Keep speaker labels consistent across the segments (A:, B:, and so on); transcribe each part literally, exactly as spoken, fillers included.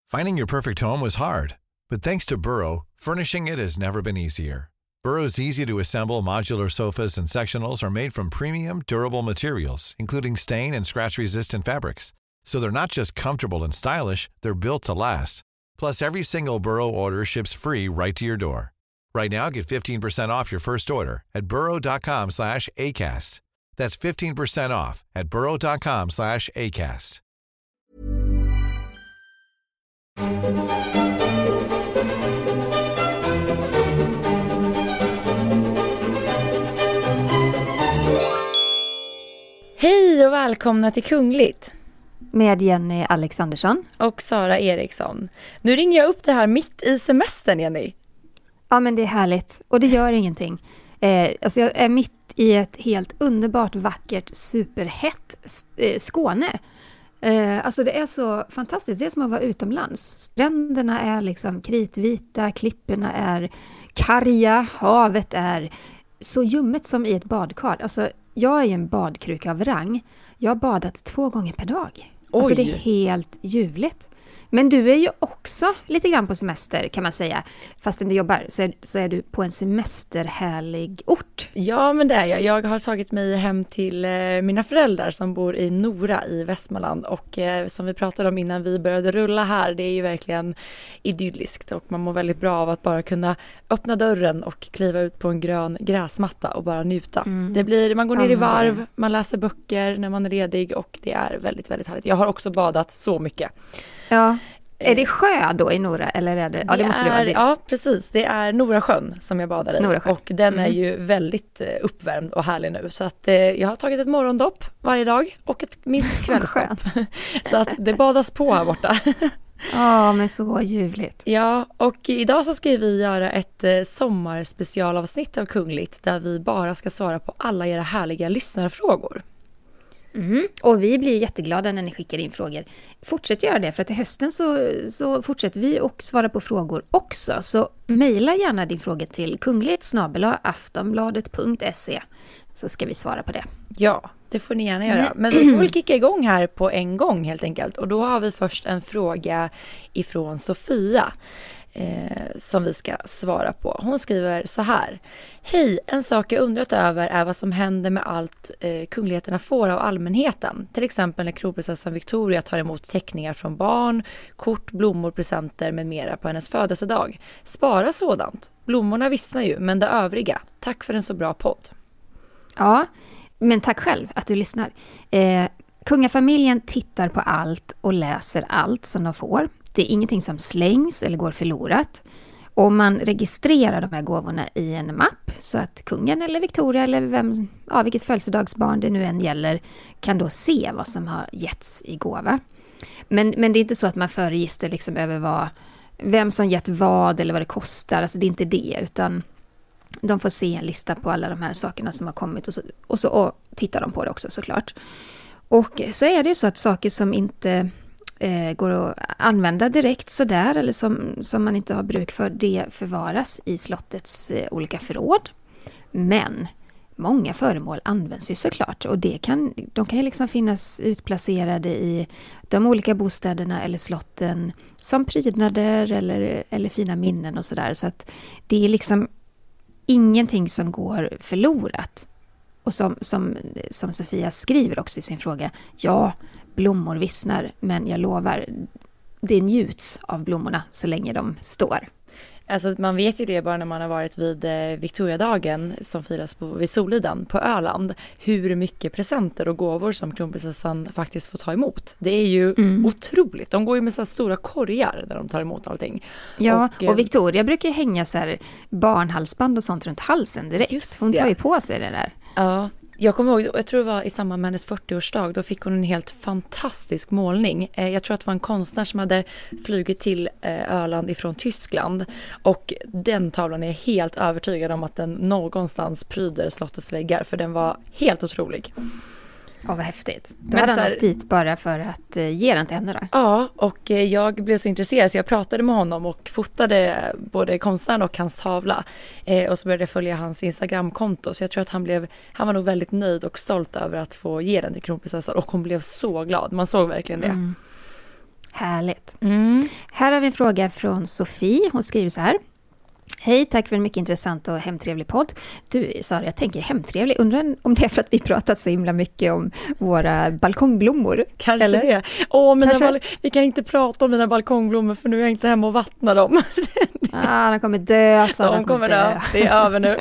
A: Finding your perfect home was hard, but thanks to Burrow, furnishing it has never been easier. Burrow's easy-to-assemble modular sofas and sectionals are made from premium, durable materials, including stain and scratch-resistant fabrics. So they're not just comfortable and stylish, they're built to last. Plus, every single Burrow order ships free right to your door. Right now, get fifteen percent off your first order at burrow.com slash ACAST. That's fifteen percent off at burrow.com slash ACAST.
B: Hej och välkomna till Kungligt.
C: Med Jenny Alexandersson.
B: Och Sara Eriksson. Nu ringer jag upp det här mitt i semestern, Jenny.
C: Ja, men det är härligt. Och det gör ingenting. Eh, alltså jag är mitt i ett helt underbart, vackert, superhett eh, Skåne. Eh, alltså det är så fantastiskt. Det är som att vara utomlands. Stränderna är liksom kritvita, klipporna är karga, havet är så ljummet som i ett badkar. Alltså jag är ju en badkruka av rang. Jag har badat två gånger per dag. Oj. Alltså det är helt ljuvligt. Men du är ju också lite grann på semester kan man säga. Fastän du jobbar så är, så är du på en semesterhärlig ort.
B: Ja, men det är jag. Jag har tagit mig hem till eh, mina föräldrar som bor i Nora i Västmanland. Och eh, som vi pratade om innan vi började rulla här, det är ju verkligen idylliskt. Och man mår väldigt bra av att bara kunna öppna dörren och kliva ut på en grön gräsmatta och bara njuta. Mm. Det blir, man går ner i varv, man läser böcker när man är ledig och det är väldigt, väldigt härligt. Jag har också badat så mycket.
C: Ja. Är det sjö då i Nora? Eller är det,
B: det
C: ja, det måste
B: är,
C: det vara det.
B: Ja, precis. Det är Norasjön som jag badar i.
C: Norasjön.
B: Och den
C: mm.
B: är ju väldigt uppvärmd och härlig nu. Så att eh, jag har tagit ett morgondopp varje dag och ett minst kvällsdopp. Så att det badas på här borta.
C: Ja, men så ljuvligt.
B: Ja, och idag så ska vi göra ett eh, sommarspecialavsnitt av Kungligt där vi bara ska svara på alla era härliga lyssnarfrågor.
C: Mm. Och vi blir jätteglada när ni skickar in frågor. Fortsätt göra det, för att i hösten så, så fortsätter vi och svara på frågor också. Så mejla gärna din fråga till kungligt snabel-a aftonbladet punkt se så ska vi svara på det.
B: Ja, det får ni gärna göra. Mm. Men vi får väl kicka igång här på en gång helt enkelt. Och då har vi först en fråga ifrån Sofia. Eh, som vi ska svara på. Hon skriver så här: hej, en sak jag undrat över är vad som händer med allt eh, kungligheterna får av allmänheten. Till exempel när kronprinsessan Victoria tar emot teckningar från barn, kort, blommor, presenter med mera på hennes födelsedag. Spara sådant. Blommorna vissnar ju, men det övriga. Tack för en så bra podd.
C: Ja, men tack själv att du lyssnar. Eh, kungafamiljen tittar på allt och läser allt som de får. Det är ingenting som slängs eller går förlorat. Och man registrerar de här gåvorna i en mapp så att kungen eller Victoria eller vem, ja, vilket födelsedagsbarn det nu än gäller kan då se vad som har getts i gåva. Men, men det är inte så att man för register liksom över vad, vem som gett vad eller vad det kostar. Alltså det är inte det, utan de får se en lista på alla de här sakerna som har kommit och så, och så och tittar de på det också såklart. Och så är det ju så att saker som inte eh, går att använda direkt sådär eller som, som man inte har bruk för, det förvaras i slottets eh, olika förråd. Men många föremål används ju såklart och det kan, de kan ju liksom finnas utplacerade i de olika bostäderna eller slotten som prydnader eller, eller fina minnen och sådär. Så att det är liksom ingenting som går förlorat. Och som, som, som Sofia skriver också i sin fråga, ja, blommor vissnar, men jag lovar, det njuts av blommorna så länge de står.
B: Alltså man vet ju det bara när man har varit vid Victoriadagen som firas på, vid Solidan på Öland, hur mycket presenter och gåvor som kronprinsessan faktiskt får ta emot. Det är ju mm. otroligt. De går ju med så här stora korgar när de tar emot allting.
C: Ja, och, och Victoria brukar hänga så här barnhalsband och sånt runt halsen direkt. Hon tar ju på sig det där.
B: Ja. Jag kommer ihåg, jag tror det var i samband med hennes fyrtioårsdag, då fick hon en helt fantastisk målning. Jag tror att det var en konstnär som hade flugit till Öland ifrån Tyskland och den tavlan är helt övertygad om att den någonstans pryder slottets väggar, för den var helt otrolig.
C: Ja, vad häftigt. Då Men hade han åkt dit bara för att uh, ge den till henne då?
B: Ja, och uh, jag blev så intresserad så jag pratade med honom och fotade både konstnären och hans tavla. Uh, och så började jag följa hans Instagramkonto. Så jag tror att han blev, han var nog väldigt nöjd och stolt över att få ge den till kronprinsessan. Och hon blev så glad, man såg verkligen det. Mm.
C: Härligt.
B: Mm.
C: Här har vi en fråga från Sofie. Hon skriver så här. Hej, tack för en mycket intressant och hemtrevlig podd. Du, Sara, jag tänker hemtrevlig. Undrar om det är för att vi pratat så himla mycket om våra balkongblommor.
B: Kanske
C: eller?
B: det. Åh, mina
C: Kanske...
B: bal- vi kan inte prata om mina balkongblommor för nu är jag inte hemma och vattnar dem.
C: Ah, de kommer dö, Sara.
B: De kommer dö. Det är över nu.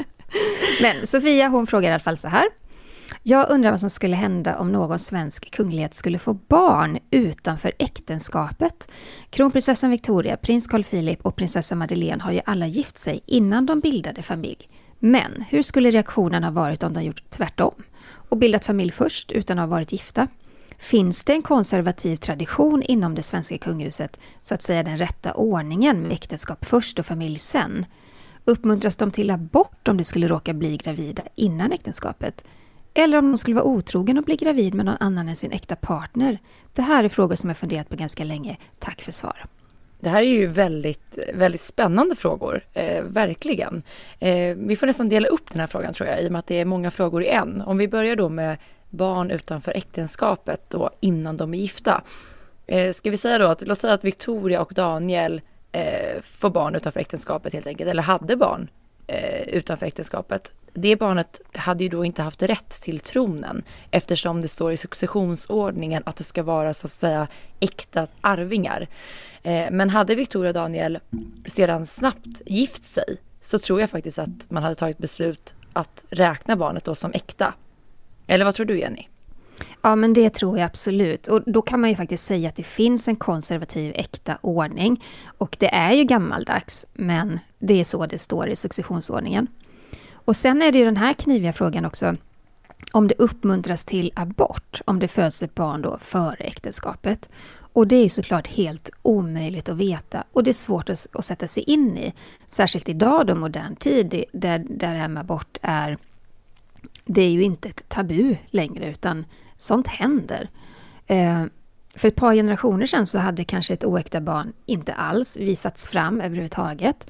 C: Men Sofia, hon frågar i alla fall så här. Jag undrar vad som skulle hända om någon svensk kunglighet skulle få barn utanför äktenskapet. Kronprinsessan Victoria, prins Carl Philip och prinsessa Madeleine har ju alla gift sig innan de bildade familj. Men hur skulle reaktionen ha varit om de gjort tvärtom och bildat familj först utan att ha varit gifta? Finns det en konservativ tradition inom det svenska kungahuset, så att säga den rätta ordningen med äktenskap först och familj sen? Uppmuntras de till abort om det skulle råka bli gravida innan äktenskapet? Eller om de skulle vara otrogen och bli gravid med någon annan än sin äkta partner? Det här är frågor som jag funderat på ganska länge. Tack för svar.
B: Det här är ju väldigt, väldigt spännande frågor, eh, verkligen. Eh, vi får nästan dela upp den här frågan tror jag, i och med att det är många frågor i en. Om vi börjar då med barn utanför äktenskapet då, innan de är gifta. Eh, ska vi säga då att, låt säga att Victoria och Daniel eh, får barn utanför äktenskapet helt enkelt, eller hade barn eh, utanför äktenskapet. Det barnet hade ju då inte haft rätt till tronen eftersom det står i successionsordningen att det ska vara så att säga äkta arvingar. Eh, men hade Victoria och Daniel sedan snabbt gift sig så tror jag faktiskt att man hade tagit beslut att räkna barnet då som äkta. Eller vad tror du, Jenny?
C: Ja, men det tror jag absolut. Och då kan man ju faktiskt säga att det finns en konservativ äkta ordning. Och det är ju gammaldags, men det är så det står i successionsordningen. Och sen är det ju den här kniviga frågan också, om det uppmuntras till abort, om det föds ett barn då före äktenskapet. Och det är ju såklart helt omöjligt att veta och det är svårt att, att sätta sig in i. Särskilt idag då, modern tid, där, där det här med abort är, det är ju inte ett tabu längre utan sånt händer. Eh, för ett par generationer sedan så hade kanske ett oäkta barn inte alls visats fram överhuvudtaget.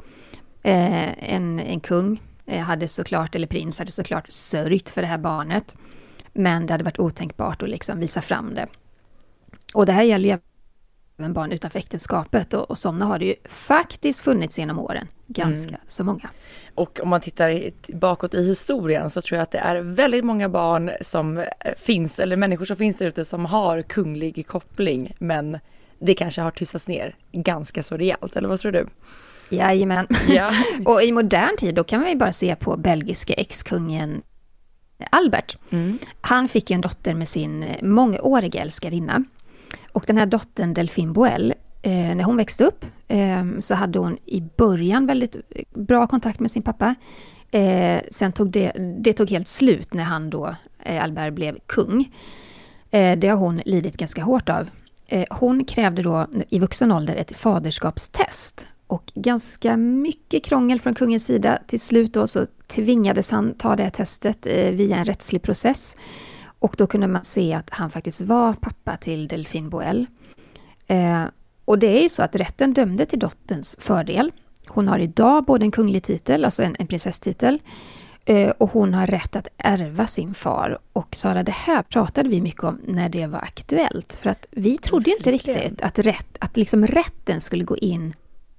C: Eh, en, en kung hade såklart, eller prins hade såklart sörjt för det här barnet. Men det hade varit otänkbart att liksom visa fram det. Och det här gäller ju även barn utanför äktenskapet. Och, och sådana har det ju faktiskt funnits genom åren. Ganska mm. så många.
B: Och om man tittar bakåt i historien så tror jag att det är väldigt många barn som finns, eller människor som finns där ute som har kunglig koppling. Men det kanske har tystats ner ganska så rejält, eller vad tror du?
C: Jajamän.
B: Ja.
C: Och i modern tid då kan man ju bara se på belgiska ex-kungen Albert. Mm. Han fick ju en dotter med sin mångåriga älskarinna. Och den här dottern Delphine Boel, eh, när hon växte upp eh, så hade hon i början väldigt bra kontakt med sin pappa. Eh, sen tog det, det tog helt slut när han då, eh, Albert, blev kung. Eh, det har hon lidit ganska hårt av. Eh, hon krävde då i vuxen ålder ett faderskapstest. Och ganska mycket krångel från kungens sida. Till slut då så tvingades han ta det här testet eh, via en rättslig process. Och då kunde man se att han faktiskt var pappa till Delphine Boel. Eh, och det är ju så att rätten dömde till dotterns fördel. Hon har idag både en kunglig titel, alltså en, en prinsesstitel. Eh, och hon har rätt att ärva sin far. Och Sara, det här pratade vi mycket om när det var aktuellt. För att vi trodde inte riktigt att, rätt, att liksom rätten skulle gå in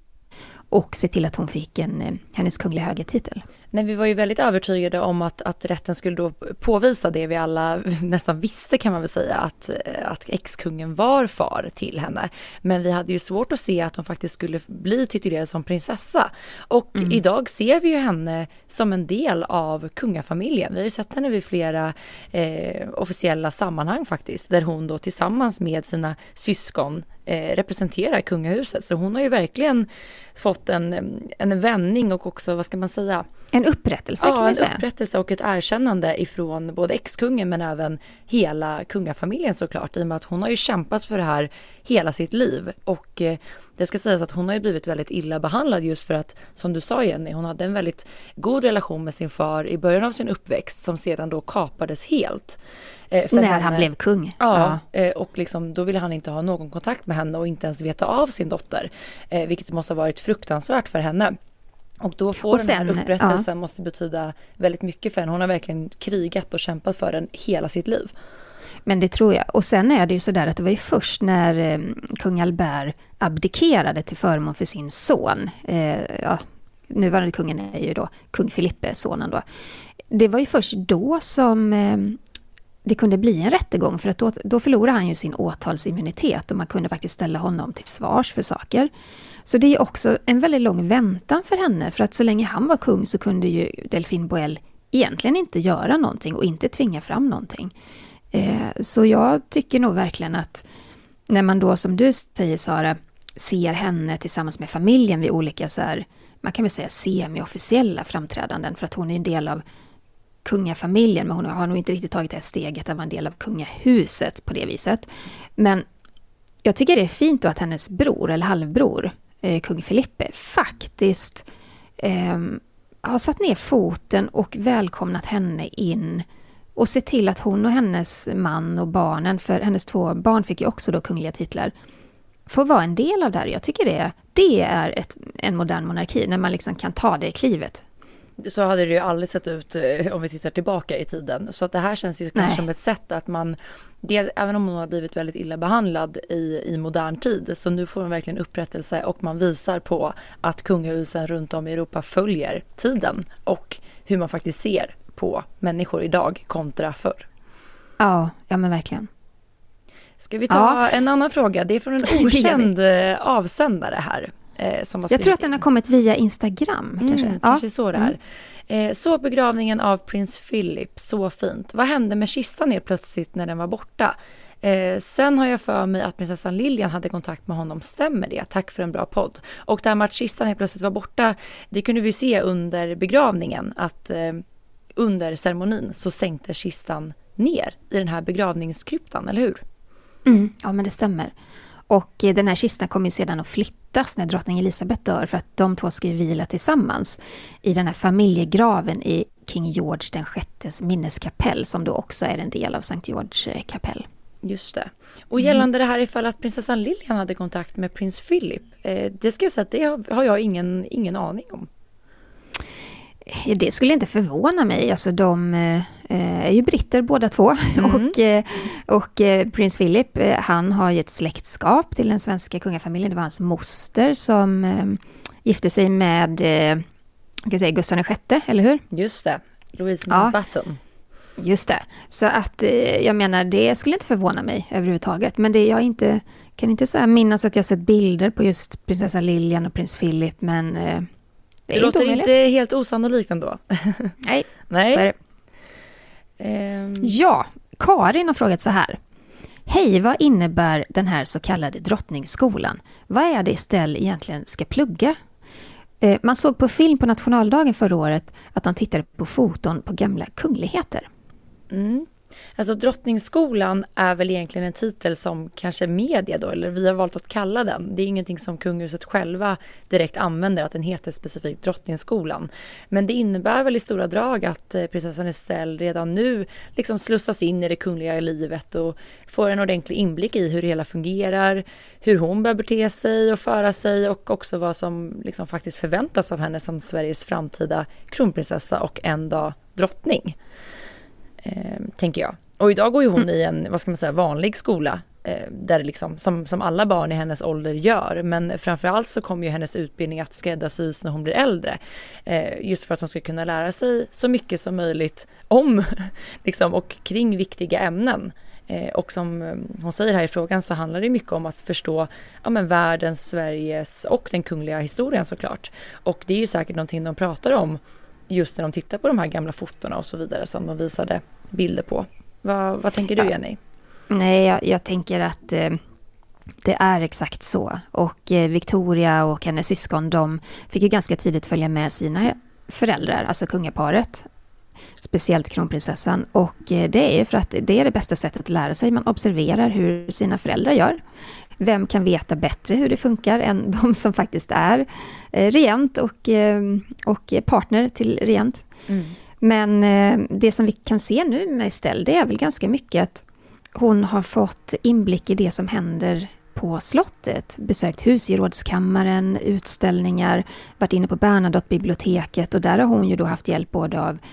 C: och se till att hon fick en, hennes kungliga högertitel.
B: Nej, vi var ju väldigt övertygade om att, att rätten skulle då påvisa det vi alla nästan visste, kan man väl säga, att, att ex-kungen var far till henne. Men vi hade ju svårt att se att hon faktiskt skulle bli titulerad som prinsessa. Och mm. idag ser vi ju henne som en del av kungafamiljen. Vi har ju sett henne vid flera eh, officiella sammanhang faktiskt, där hon då tillsammans med sina syskon eh, representerar kungahuset. Så hon har ju verkligen fått en, en vändning och också, vad ska man säga?
C: En upprättelse,
B: ja,
C: kan man
B: en
C: säga.
B: upprättelse och ett erkännande ifrån både ex-kungen men även hela kungafamiljen såklart. I och med att hon har ju kämpat för det här hela sitt liv. Och eh, det ska sägas att hon har ju blivit väldigt illa behandlad just för att, som du sa Jenny, hon hade en väldigt god relation med sin far i början av sin uppväxt som sedan då kapades helt.
C: Eh, När henne. han blev kung.
B: Ja, ja. Eh, och liksom, då ville han inte ha någon kontakt med henne och inte ens veta av sin dotter. Eh, vilket måste ha varit fruktansvärt för henne. Och då får och sen, den här upprättelsen ja. måste betyda väldigt mycket för henne. Hon har verkligen krigat och kämpat för den hela sitt liv.
C: Men det tror jag. Och sen är det ju sådär att det var ju först när eh, kung Albert abdikerade till förmån för sin son. Eh, ja, nuvarande kungen är ju då kung Filippe, sonen då. Det var ju först då som eh, det kunde bli en rättegång, för att då, då förlorade han ju sin åtalsimmunitet och man kunde faktiskt ställa honom till svars för saker. Så det är också en väldigt lång väntan för henne, för att så länge han var kung så kunde ju Delphine Boel egentligen inte göra någonting och inte tvinga fram någonting. Eh, så jag tycker nog verkligen att när man då, som du säger Sara, ser henne tillsammans med familjen vid olika så här, man kan väl säga semi-officiella framträdanden, för att hon är en del av kungafamiljen, men hon har nog inte riktigt tagit det här steget att vara en del av kungahuset på det viset. Men jag tycker det är fint då att hennes bror, eller halvbror, eh, kung Filippe, faktiskt eh, har satt ner foten och välkomnat henne in och se till att hon och hennes man och barnen, för hennes två barn fick ju också då kungliga titlar, får vara en del av det här. Jag tycker det, det är ett, en modern monarki, när man liksom kan ta det i klivet.
B: Så hade det ju aldrig sett ut om vi tittar tillbaka i tiden. Så att det här känns ju kanske som ett sätt att man, det, även om hon har blivit väldigt illa behandlad i, i modern tid, så nu får hon verkligen upprättelse och man visar på att kungahusen runt om i Europa följer tiden och hur man faktiskt ser på människor idag kontra förr.
C: Ja, ja men verkligen.
B: Ska vi ta ja. en annan fråga? Det är från en okänd avsändare här. Eh, som
C: jag tror att den har kommit via Instagram.
B: Mm,
C: kanske
B: kanske
C: ja.
B: så det är. Eh, så begravningen av prins Philip, så fint. Vad hände med kistan helt plötsligt när den var borta? Eh, sen har jag för mig att prinsessan Lilian hade kontakt med honom. Stämmer det? Tack för en bra podd. Och det här med att kistan helt plötsligt var borta, det kunde vi se under begravningen. Att eh, under ceremonin så sänkte kistan ner i den här begravningskryptan, eller hur?
C: Mm, ja, men det stämmer. Och den här kistan kommer ju sedan att flyttas när drottning Elisabeth dör, för att de två ska ju vila tillsammans i den här familjegraven i King George den sjättes minneskapell, som då också är en del av Sankt George kapell.
B: Just det. Och gällande mm. det här ifall att prinsessan Lilian hade kontakt med prins Philip, eh, det ska jag säga att det har, har jag ingen, ingen aning om.
C: Det skulle inte förvåna mig. Alltså de eh, är ju britter båda två. Mm. och, eh, och eh, prins Philip, eh, han har ju ett släktskap till den svenska kungafamiljen. Det var hans moster som eh, gifte sig med eh, kan säga, Gustav den sjätte, eller hur?
B: Just det. Louise Mountbatten.
C: Ja, just det. Så att eh, jag menar, det skulle inte förvåna mig överhuvudtaget. Men det jag inte, kan inte så här minnas att jag sett bilder på just prinsessa Lilian och prins Philip, men... Eh,
B: Det, det låter inte helt osannolikt ändå.
C: Nej,
B: Nej.
C: Så är det. Um... Ja, Karin har frågat så här. Hej, vad innebär den här så kallade drottningsskolan? Vad är det Estelle egentligen ska plugga? Eh, man såg på film på nationaldagen förra året att de tittade på foton på gamla kungligheter.
B: Mm. Alltså drottningsskolan är väl egentligen en titel som kanske media då, eller vi har valt att kalla den. Det är ingenting som kungahuset själva direkt använder, att den heter specifikt drottningsskolan. Men det innebär väl i stora drag att prinsessan Estelle redan nu liksom slussas in i det kungliga livet och får en ordentlig inblick i hur det hela fungerar, hur hon bör bete sig och föra sig, och också vad som liksom faktiskt förväntas av henne som Sveriges framtida kronprinsessa och en dag drottning. Eh, tänker jag. Och idag går ju hon i en, vad ska man säga, vanlig skola eh, där det liksom, som, som alla barn i hennes ålder gör, men framförallt så kommer ju hennes utbildning att skräddarsys när hon blir äldre, eh, just för att hon ska kunna lära sig så mycket som möjligt om liksom, och kring viktiga ämnen. Eh, och som hon säger här i frågan så handlar det mycket om att förstå ja, men världens, Sveriges och den kungliga historien såklart. Och det är ju säkert någonting de pratar om just när de tittar på de här gamla fotorna och så vidare som de visade bilder på. Vad, vad tänker du, Jenny?
C: Ja. Nej, jag, jag tänker att eh, det är exakt så. Och eh, Victoria och hennes syskon, de fick ju ganska tidigt följa med sina föräldrar, alltså kungaparet. Speciellt kronprinsessan. Och eh, det är ju för att det är det bästa sättet att lära sig. Man observerar hur sina föräldrar gör. Vem kan veta bättre hur det funkar än de som faktiskt är eh, regent och, eh, och partner till regent. Mm. Men eh, det som vi kan se nu med Estelle, det är väl ganska mycket att hon har fått inblick i det som händer på slottet. Besökt husgerådskammaren, utställningar, varit inne på Bernadotte-biblioteket, och där har hon ju då haft hjälp både av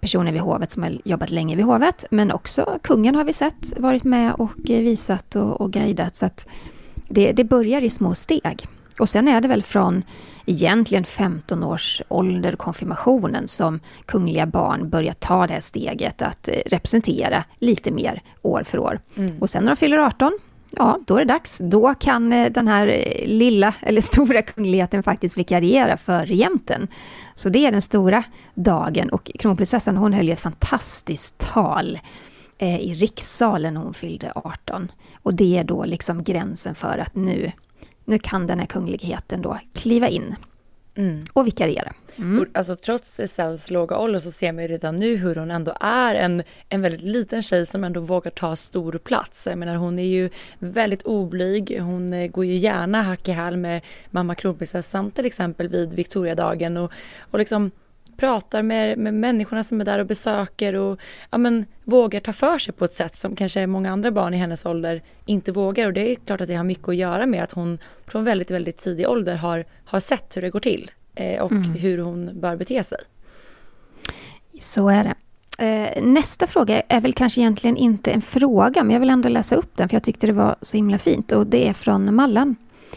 C: personer vid hovet som har jobbat länge vid hovet, men också kungen har vi sett varit med och visat och, och guidat, så att det, det börjar i små steg. Och sen är det väl från egentligen femton års ålder, konfirmationen, som kungliga barn börjar ta det här steget att representera lite mer år för år. Mm. Och sen när de fyller arton, ja, då är det dags. Då kan den här lilla eller stora kungligheten faktiskt vikariera för regenten. Så det är den stora dagen. Och kronprinsessan, hon höll ett fantastiskt tal eh, i rikssalen när hon fyllde arton. Och det är då liksom gränsen för att nu, nu kan den här kungligheten då kliva in. Mm. Och vikariera. Mm.
B: Alltså trots Estelles låga ålder så ser man ju redan nu hur hon ändå är en, en väldigt liten tjej som ändå vågar ta stor plats. Jag menar, hon är ju väldigt oblyg. Hon går ju gärna hack i häl med mamma kronprinsessan till exempel vid Victoriadagen och, och liksom pratar med, med människorna som är där och besöker och ja, men, vågar ta för sig på ett sätt som kanske många andra barn i hennes ålder inte vågar. Och det är klart att det har mycket att göra med att hon från väldigt, väldigt tidig ålder har, har sett hur det går till eh, och mm. hur hon bör bete sig.
C: Så är det. Eh, nästa fråga är väl kanske egentligen inte en fråga, men jag vill ändå läsa upp den för jag tyckte det var så himla fint. Och det är från Mallan.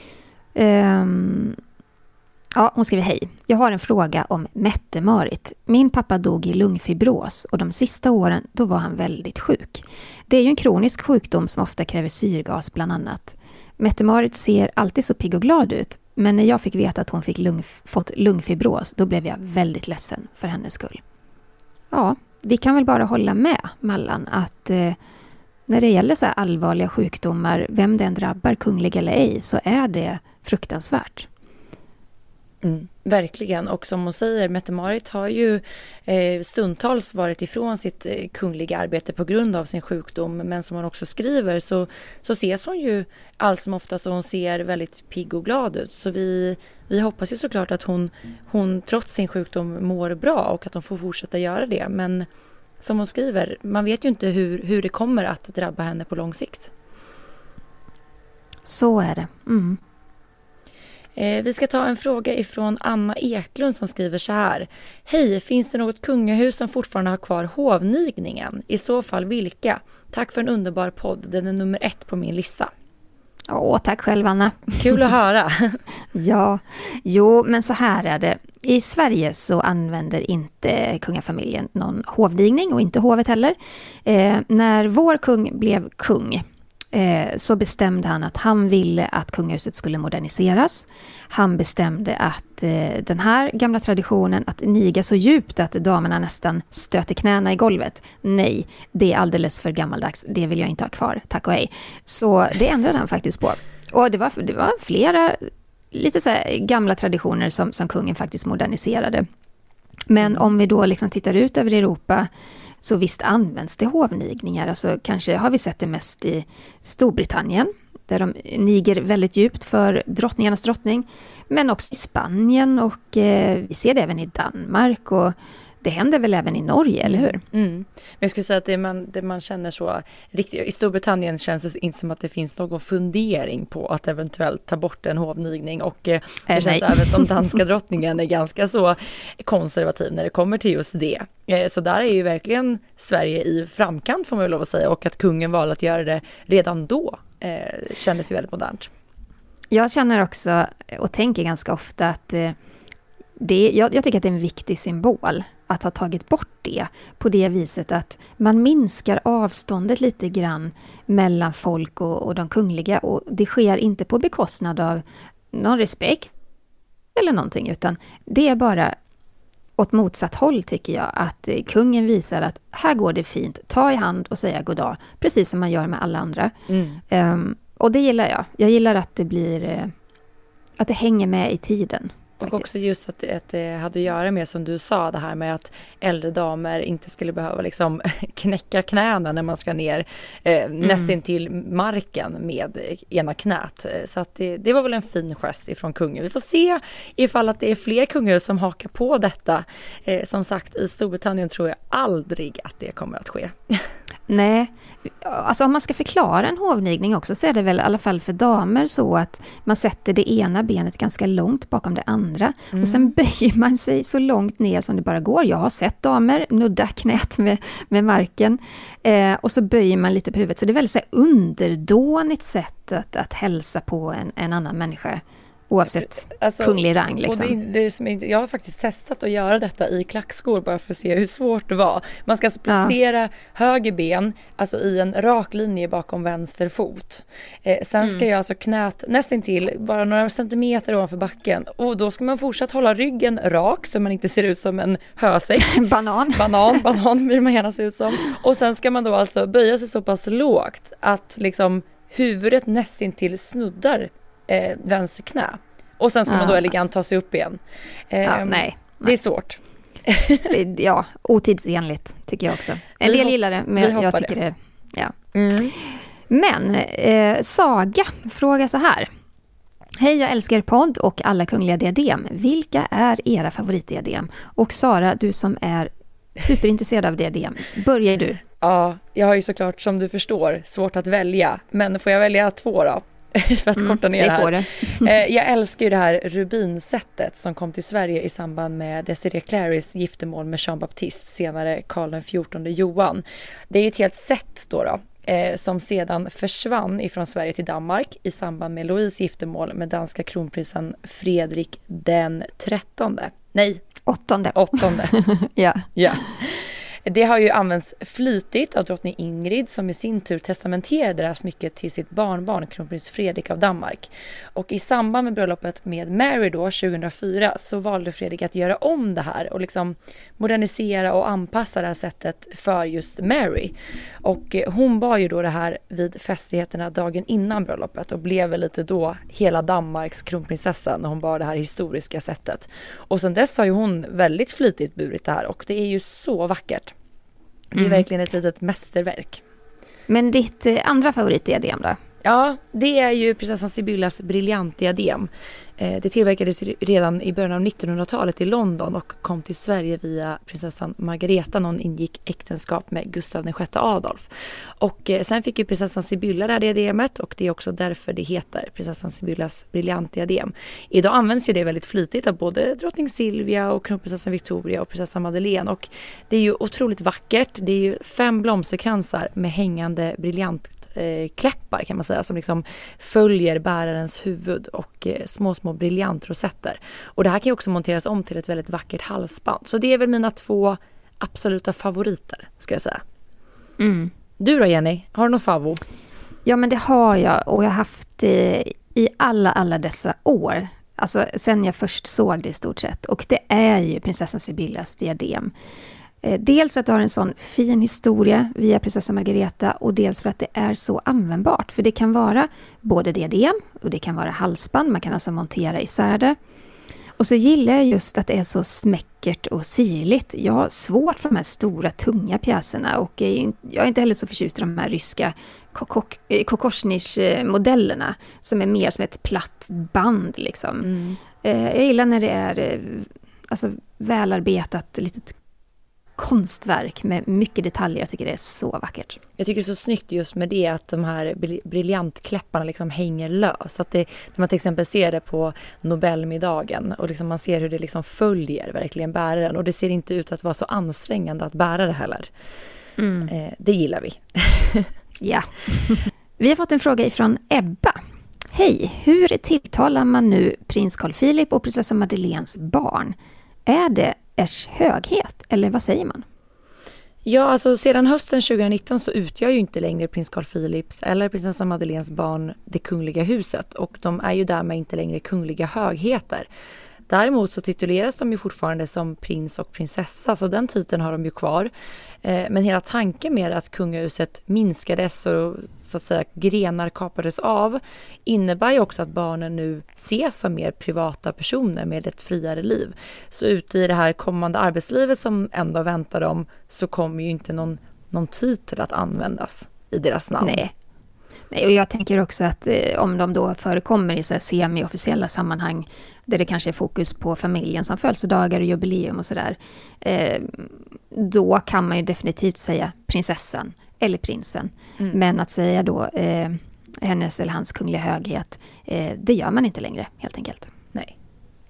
C: Ehm... Ja, hon skriver hej. Jag har en fråga om Mette-Marit. Min pappa dog i lungfibros och de sista åren då var han väldigt sjuk. Det är ju en kronisk sjukdom som ofta kräver syrgas bland annat. Mette-Marit ser alltid så pigg och glad ut, men när jag fick veta att hon fick lung, fått lungfibros då blev jag väldigt ledsen för hennes skull. Ja, vi kan väl bara hålla med Mallan att eh, när det gäller så här allvarliga sjukdomar, vem den drabbar, kunglig eller ej, så är det fruktansvärt.
B: Mm, verkligen. Och som hon säger, Mette-Marit har ju eh, stundtals varit ifrån sitt eh, kungliga arbete på grund av sin sjukdom. Men som hon också skriver så, så ses hon ju allt som ofta så hon ser väldigt pigg och glad ut. Så vi, vi hoppas ju såklart att hon, hon trots sin sjukdom mår bra och att hon får fortsätta göra det. Men som hon skriver, man vet ju inte hur, hur det kommer att drabba henne på lång sikt.
C: Så är det. Mm.
B: Vi ska ta en fråga ifrån Anna Eklund som skriver så här. Hej, finns det något kungahus som fortfarande har kvar hovnigningen? I så fall vilka? Tack för en underbar podd. Den är nummer ett på min lista.
C: Åh, tack själv Anna.
B: Kul att höra.
C: Ja, jo, men så här är det. I Sverige så använder inte kungafamiljen någon hovnigning och inte hovet heller. Eh, när vår kung blev kung så bestämde han att han ville att kungahuset skulle moderniseras. Han bestämde att eh, den här gamla traditionen att niga så djupt att damerna nästan stöter knäna i golvet. Nej, det är alldeles för gammaldags. Det vill jag inte ha kvar, tack och hej. Så det ändrade han faktiskt på. Och det var, det var flera lite så här gamla traditioner som, som kungen faktiskt moderniserade. Men mm. om vi då liksom tittar ut över Europa så visst används det hovnigningar. Alltså kanske har vi sett det mest i Storbritannien där de niger väldigt djupt för drottningarnas drottning. Men också i Spanien och eh, vi ser det även i Danmark och det händer väl även i Norge, eller hur?
B: Mm. Men jag skulle säga att det man, det man känner så riktigt, i Storbritannien känns det inte som att det finns någon fundering på att eventuellt ta bort en hovnigning och eh, det äh, känns nej. även som danska drottningen är ganska så konservativ när det kommer till just det. Eh, så där är ju verkligen Sverige i framkant får man väl lov att säga och att kungen valde att göra det redan då eh, kändes ju väldigt modernt.
C: Jag känner också och tänker ganska ofta att eh, Det, jag, jag tycker att det är en viktig symbol att ha tagit bort det på det viset att man minskar avståndet lite grann mellan folk och, och de kungliga och det sker inte på bekostnad av någon respekt eller någonting utan det är bara åt motsatt håll tycker jag att kungen visar att här går det fint, ta i hand och säga goddag precis som man gör med alla andra. Mm. Um, och det gillar jag. Jag gillar att det blir att det hänger med i tiden.
B: Och också just att, att det hade att göra med som du sa det här med att äldre damer inte skulle behöva liksom knäcka knäna när man ska ner eh, mm. nästan till marken med ena knät. Så att det, det var väl en fin gest ifrån kungen. Vi får se ifall att det är fler kungahus som hakar på detta. Eh, som sagt, i Storbritannien tror jag aldrig att det kommer att ske.
C: Nej, alltså om man ska förklara en hovnigning också så är det väl i alla fall för damer så att man sätter det ena benet ganska långt bakom det andra. andra.
B: Mm.
C: Och sen böjer man sig så långt ner som det bara går. Jag har sett damer nudda knät med, med marken. Eh, och så böjer man lite på huvudet. Så det är väldigt så här, underdånigt sätt att, att hälsa på en, en annan människa. Oavsett alltså, kunglig rang. Liksom.
B: Och det, det som är, jag har faktiskt testat att göra detta i klackskor bara för att se hur svårt det var. Man ska alltså placera ja. höger ben alltså i en rak linje bakom vänster fot. Eh, sen mm. ska jag alltså knät nästan till bara några centimeter ovanför backen. Och då ska man fortsatt hålla ryggen rak så man inte ser ut som en hösäck.
C: banan.
B: Banan, banan vill man gärna se ut som. Och sen ska man då alltså böja sig så pass lågt att liksom huvudet nästan till snuddar Eh, vänster knä. Och sen ska ja. man då elegant ta sig upp igen. Eh,
C: ja, nej, nej.
B: Det är svårt.
C: Ja, otidsenligt tycker jag också. En
B: vi
C: del
B: hopp-
C: gillar det, men jag, jag tycker det. det ja.
B: Mm.
C: Men eh, Saga frågar så här. Hej, jag älskar podd och alla kungliga diadem. Vilka är era favoritdiadem? Och Sara, du som är superintresserad av diadem, börjar du?
B: Ja, jag har ju såklart som du förstår svårt att välja. Men får jag välja två då? För att korta ner
C: mm, det
B: här. Det. Jag älskar ju det här rubinsättet som kom till Sverige i samband med Desiree Clarys giftermål med Jean Baptiste, senare Karl den fjortonde Johan. Det är ju ett helt set då då. Eh, som sedan försvann ifrån Sverige till Danmark i samband med Louise giftermål med danska kronprinsen Fredrik den trettonde. Nej,
C: åttonde.
B: Åttonde.
C: ja.
B: ja. Det har ju använts flitigt av drottning Ingrid som i sin tur testamenterade det här smycket till sitt barnbarn kronprins Fredrik av Danmark. Och i samband med bröllopet med Mary då tjugohundrafyra så valde Fredrik att göra om det här och liksom modernisera och anpassa det här sättet för just Mary. Och hon bar ju då det här vid festligheterna dagen innan bröllopet och blev väl lite då hela Danmarks kronprinsessa när hon bar det här historiska sättet. Och sen dess har ju hon väldigt flitigt burit det här och det är ju så vackert. Det är mm. verkligen ett litet mästerverk.
C: Men ditt eh, andra favoritdiadem då?
B: Ja, det är ju prinsessan Sibyllas briljantdiadem. Eh, det tillverkades redan i början av nittonhundratalet i London och kom till Sverige via prinsessan Margareta när hon ingick äktenskap med Gustav den sjätte Adolf. Och eh, sen fick ju prinsessan Sibylla det här diademet och det är också därför det heter prinsessan Sibyllas briljantdiadem. Idag används ju det väldigt flitigt av både drottning Silvia och kronprinsessan Victoria och prinsessan Madeleine och det är ju otroligt vackert. Det är ju fem blomsterkransar med hängande briljant kläppar kan man säga som liksom följer bärarens huvud och eh, små små briljantrosetter. Och det här kan ju också monteras om till ett väldigt vackert halsband. Så det är väl mina två absoluta favoriter ska jag säga.
C: Mm.
B: Du då Jenny, har du någon favvo?
C: Ja men det har jag och jag har haft det i alla alla dessa år. Alltså sen jag först såg det i stort sett. Och det är ju prinsessan Sibyllas diadem. Dels för att det har en sån fin historia via prinsessa Margareta och dels för att det är så användbart. För det kan vara både diadem och det kan vara halsband. Man kan alltså montera isär det. Och så gillar jag just att det är så smäckert och sirligt. Jag har svårt för de här stora, tunga pjäserna och jag är inte heller så förtjust i de här ryska Kokoschnich-modellerna som är mer som ett platt band liksom. Mm. Jag gillar när det är alltså, välarbetat, litet konstverk med mycket detaljer. Jag tycker det är så vackert.
B: Jag tycker det är så snyggt just med det att de här briljantkläpparna liksom hänger lös. Att det, när man till exempel ser det på Nobelmiddagen och liksom man ser hur det liksom följer verkligen bäraren och det ser inte ut att vara så ansträngande att bära det heller. Mm. Eh, det gillar vi.
C: Ja. Vi har fått en fråga ifrån Ebba. Hej, hur tilltalar man nu prins Carl Philip och prinsessa Madeleines barn? Är det ers höghet, eller vad säger man?
B: Ja, alltså sedan hösten tjugonitton så utgör ju inte längre prins Carl Philips eller prinsessa Madeleines barn det kungliga huset och de är ju därmed inte längre kungliga högheter. Däremot så tituleras de ju fortfarande som prins och prinsessa så den titeln har de ju kvar. Men hela tanken med att kungahuset minskades och så att säga grenar kapades av innebär ju också att barnen nu ses som mer privata personer med ett friare liv. Så ute i det här kommande arbetslivet som ändå väntar dem så kommer ju inte någon, någon titel att användas i deras namn.
C: Nej. Nej, och jag tänker också att eh, om de då förekommer i så här semi-officiella sammanhang där det kanske är fokus på familjen som födelsedagar och jubileum och sådär, eh, då kan man ju definitivt säga prinsessan eller prinsen. Mm. Men att säga då eh, hennes eller hans kungliga höghet, eh, det gör man inte längre helt enkelt.
B: Nej.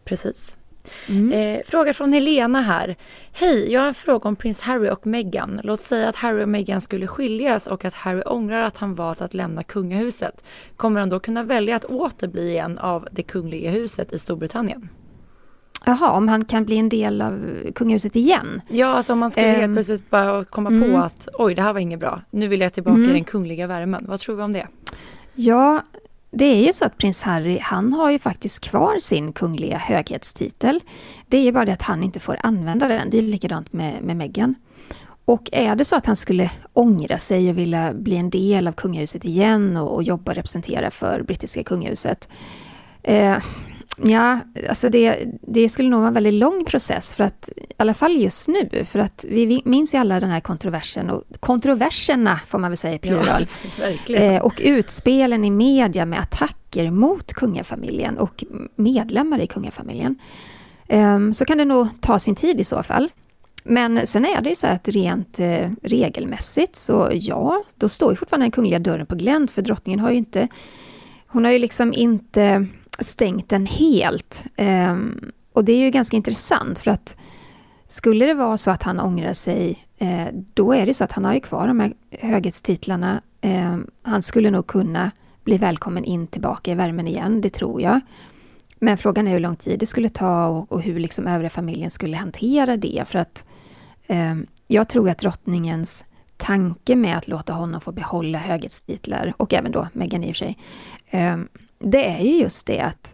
B: Precis.
C: Mm.
B: Eh, fråga från Helena här. Hej, jag har en fråga om prins Harry och Meghan. Låt säga att Harry och Meghan skulle skiljas och att Harry ångrar att han valt att lämna kungahuset. Kommer han då kunna välja att åter bli en av det kungliga huset i Storbritannien?
C: Jaha, om han kan bli en del av kungahuset igen?
B: Ja, alltså om man skulle
C: um,
B: helt plötsligt bara komma
C: mm.
B: på att oj, det här var inget bra. Nu vill jag tillbaka
C: mm.
B: i den kungliga värmen. Vad tror vi om det?
C: Ja, det är ju så att prins Harry, han har ju faktiskt kvar sin kungliga höghetstitel. Det är ju bara det att han inte får använda den. Det är likadant med, med Meghan. Och är det så att han skulle ångra sig och vilja bli en del av kungahuset igen och, och jobba och representera för brittiska kungahuset. Eh, ja, alltså det, det skulle nog vara en väldigt lång process för att, i alla fall just nu, för att vi minns ju alla den här kontroversen och kontroverserna får man väl säga i plural.
B: Ja, verkligen.
C: Eh, och utspelen i media med attacker mot kungafamiljen och medlemmar i kungafamiljen. Eh, så kan det nog ta sin tid i så fall. Men sen är det ju så att rent eh, regelmässigt så ja, då står ju fortfarande den kungliga dörren på glänt, för drottningen har ju inte, hon har ju liksom inte stängt den helt. Eh, och det är ju ganska intressant, för att skulle det vara så att han ångrar sig, eh, då är det så att han har ju kvar de här höghetstitlarna. Eh, han skulle nog kunna bli välkommen in tillbaka i värmen igen, det tror jag. Men frågan är hur lång tid det skulle ta och, och hur liksom övriga familjen skulle hantera det. För att eh, jag tror att drottningens tanke med att låta honom få behålla höghetstitlar, och även då Meghan i och för sig, eh, det är ju just det att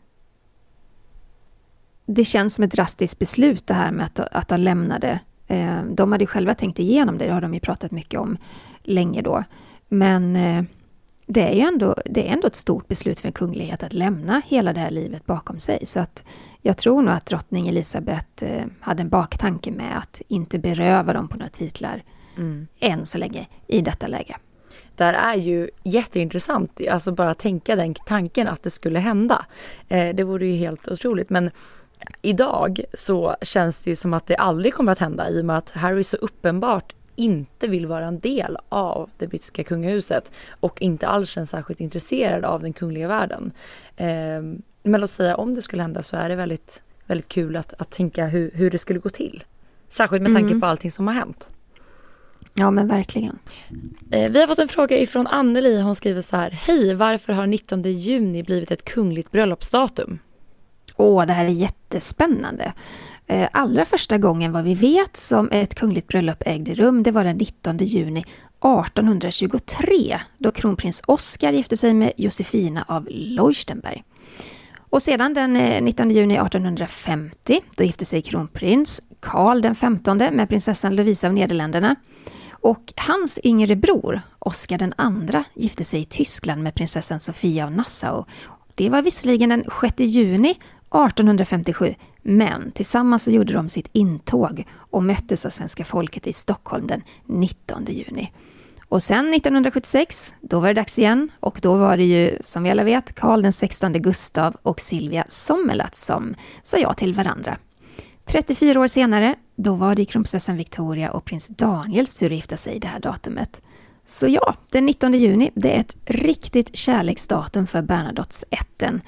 C: det känns som ett drastiskt beslut det här med att, att de lämnade. Eh, de hade själva tänkt igenom det, det har de ju pratat mycket om länge då. Men eh, det är ju ändå, det är ändå ett stort beslut för en kunglighet att lämna hela det här livet bakom sig. Så att jag tror nog att drottning Elisabeth eh, hade en baktanke med att inte beröva dem på några titlar mm. än så länge i detta läge.
B: Det är ju jätteintressant, alltså bara tänka den tanken att det skulle hända. Eh, det vore ju helt otroligt, men idag så känns det ju som att det aldrig kommer att hända, i och med att Harry så uppenbart inte vill vara en del av det brittiska kungahuset och inte alls känns särskilt intresserad av den kungliga världen. Eh, men låt säga om det skulle hända, så är det väldigt, väldigt kul att, att tänka hur, hur det skulle gå till. Särskilt med tanke mm. på allting som har hänt.
C: Ja, men verkligen.
B: Eh, vi har fått en fråga ifrån Anneli. Hon skriver så här: hej, varför har nittonde juni blivit ett kungligt bröllopsdatum?
C: Åh, det här är jättespännande. Eh, allra första gången vad vi vet som ett kungligt bröllop ägde rum, det var den nittonde juni artonhundratjugotre, då kronprins Oscar gifte sig med Josefina av Leuchtenberg. Och sedan den nittonde juni artonhundrafemtio, då gifte sig kronprins Karl den femtonde med prinsessan Lovisa av Nederländerna. Och hans yngre bror, Oscar den andra, gifte sig i Tyskland med prinsessan Sofia av Nassau. Det var visserligen den sjätte juni artonhundrafemtiosju, men tillsammans så gjorde de sitt intåg och möttes av svenska folket i Stockholm den nittonde juni. Och sen nittonhundrasjuttiosex, då var det dags igen, och då var det ju, som vi alla vet, Karl den sextonde Gustav och Silvia Sommerlath som sa ja till varandra. trettiofyra år senare, då var det kronprinsessan Victoria och prins Daniels tur att gifta sig i det här datumet. Så ja, den nittonde juni, det är ett riktigt kärleksdatum för Bernadotte-ätten.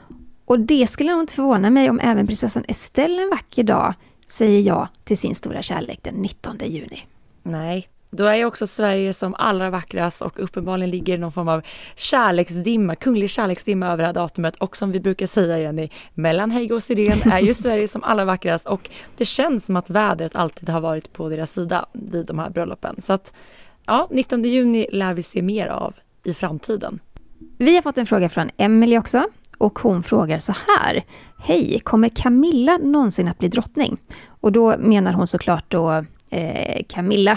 C: Och det skulle nog inte förvåna mig om även prinsessan Estelle en vacker dag säger ja till sin stora kärlek den nittonde juni.
B: Nej, då är ju också Sverige som allra vackrast, och uppenbarligen ligger någon form av kärleksdimma, kunglig kärleksdimma över det här datumet. Och som vi brukar säga, Jenny, mellan Helge och Syrén är ju Sverige som allra vackrast, och det känns som att vädret alltid har varit på deras sida vid de här bröllopen. Så att ja, nittonde juni lär vi se mer av i framtiden.
C: Vi har fått en fråga från Emily också. Och hon frågar så här: hej, kommer Camilla någonsin att bli drottning? Och då menar hon såklart då eh, Camilla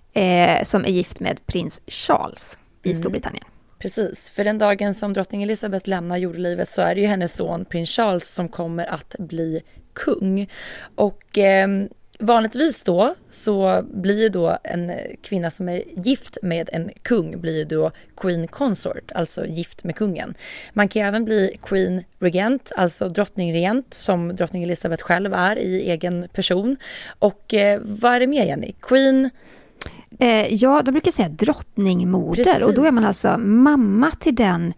C: eh, som är gift med prins Charles i mm. Storbritannien.
B: Precis, för den dagen som drottning Elisabeth lämnar jordelivet så är det ju hennes son prins Charles som kommer att bli kung. Och eh, vanligtvis då så blir då en kvinna som är gift med en kung blir då Queen Consort, alltså gift med kungen. Man kan även bli Queen Regent, alltså drottningregent, som drottning Elisabeth själv är i egen person. Och eh, vad är det med, Jenny? Queen...
C: Eh, ja, de brukar säga drottningmoder.
B: Precis.
C: Och då är man alltså mamma till den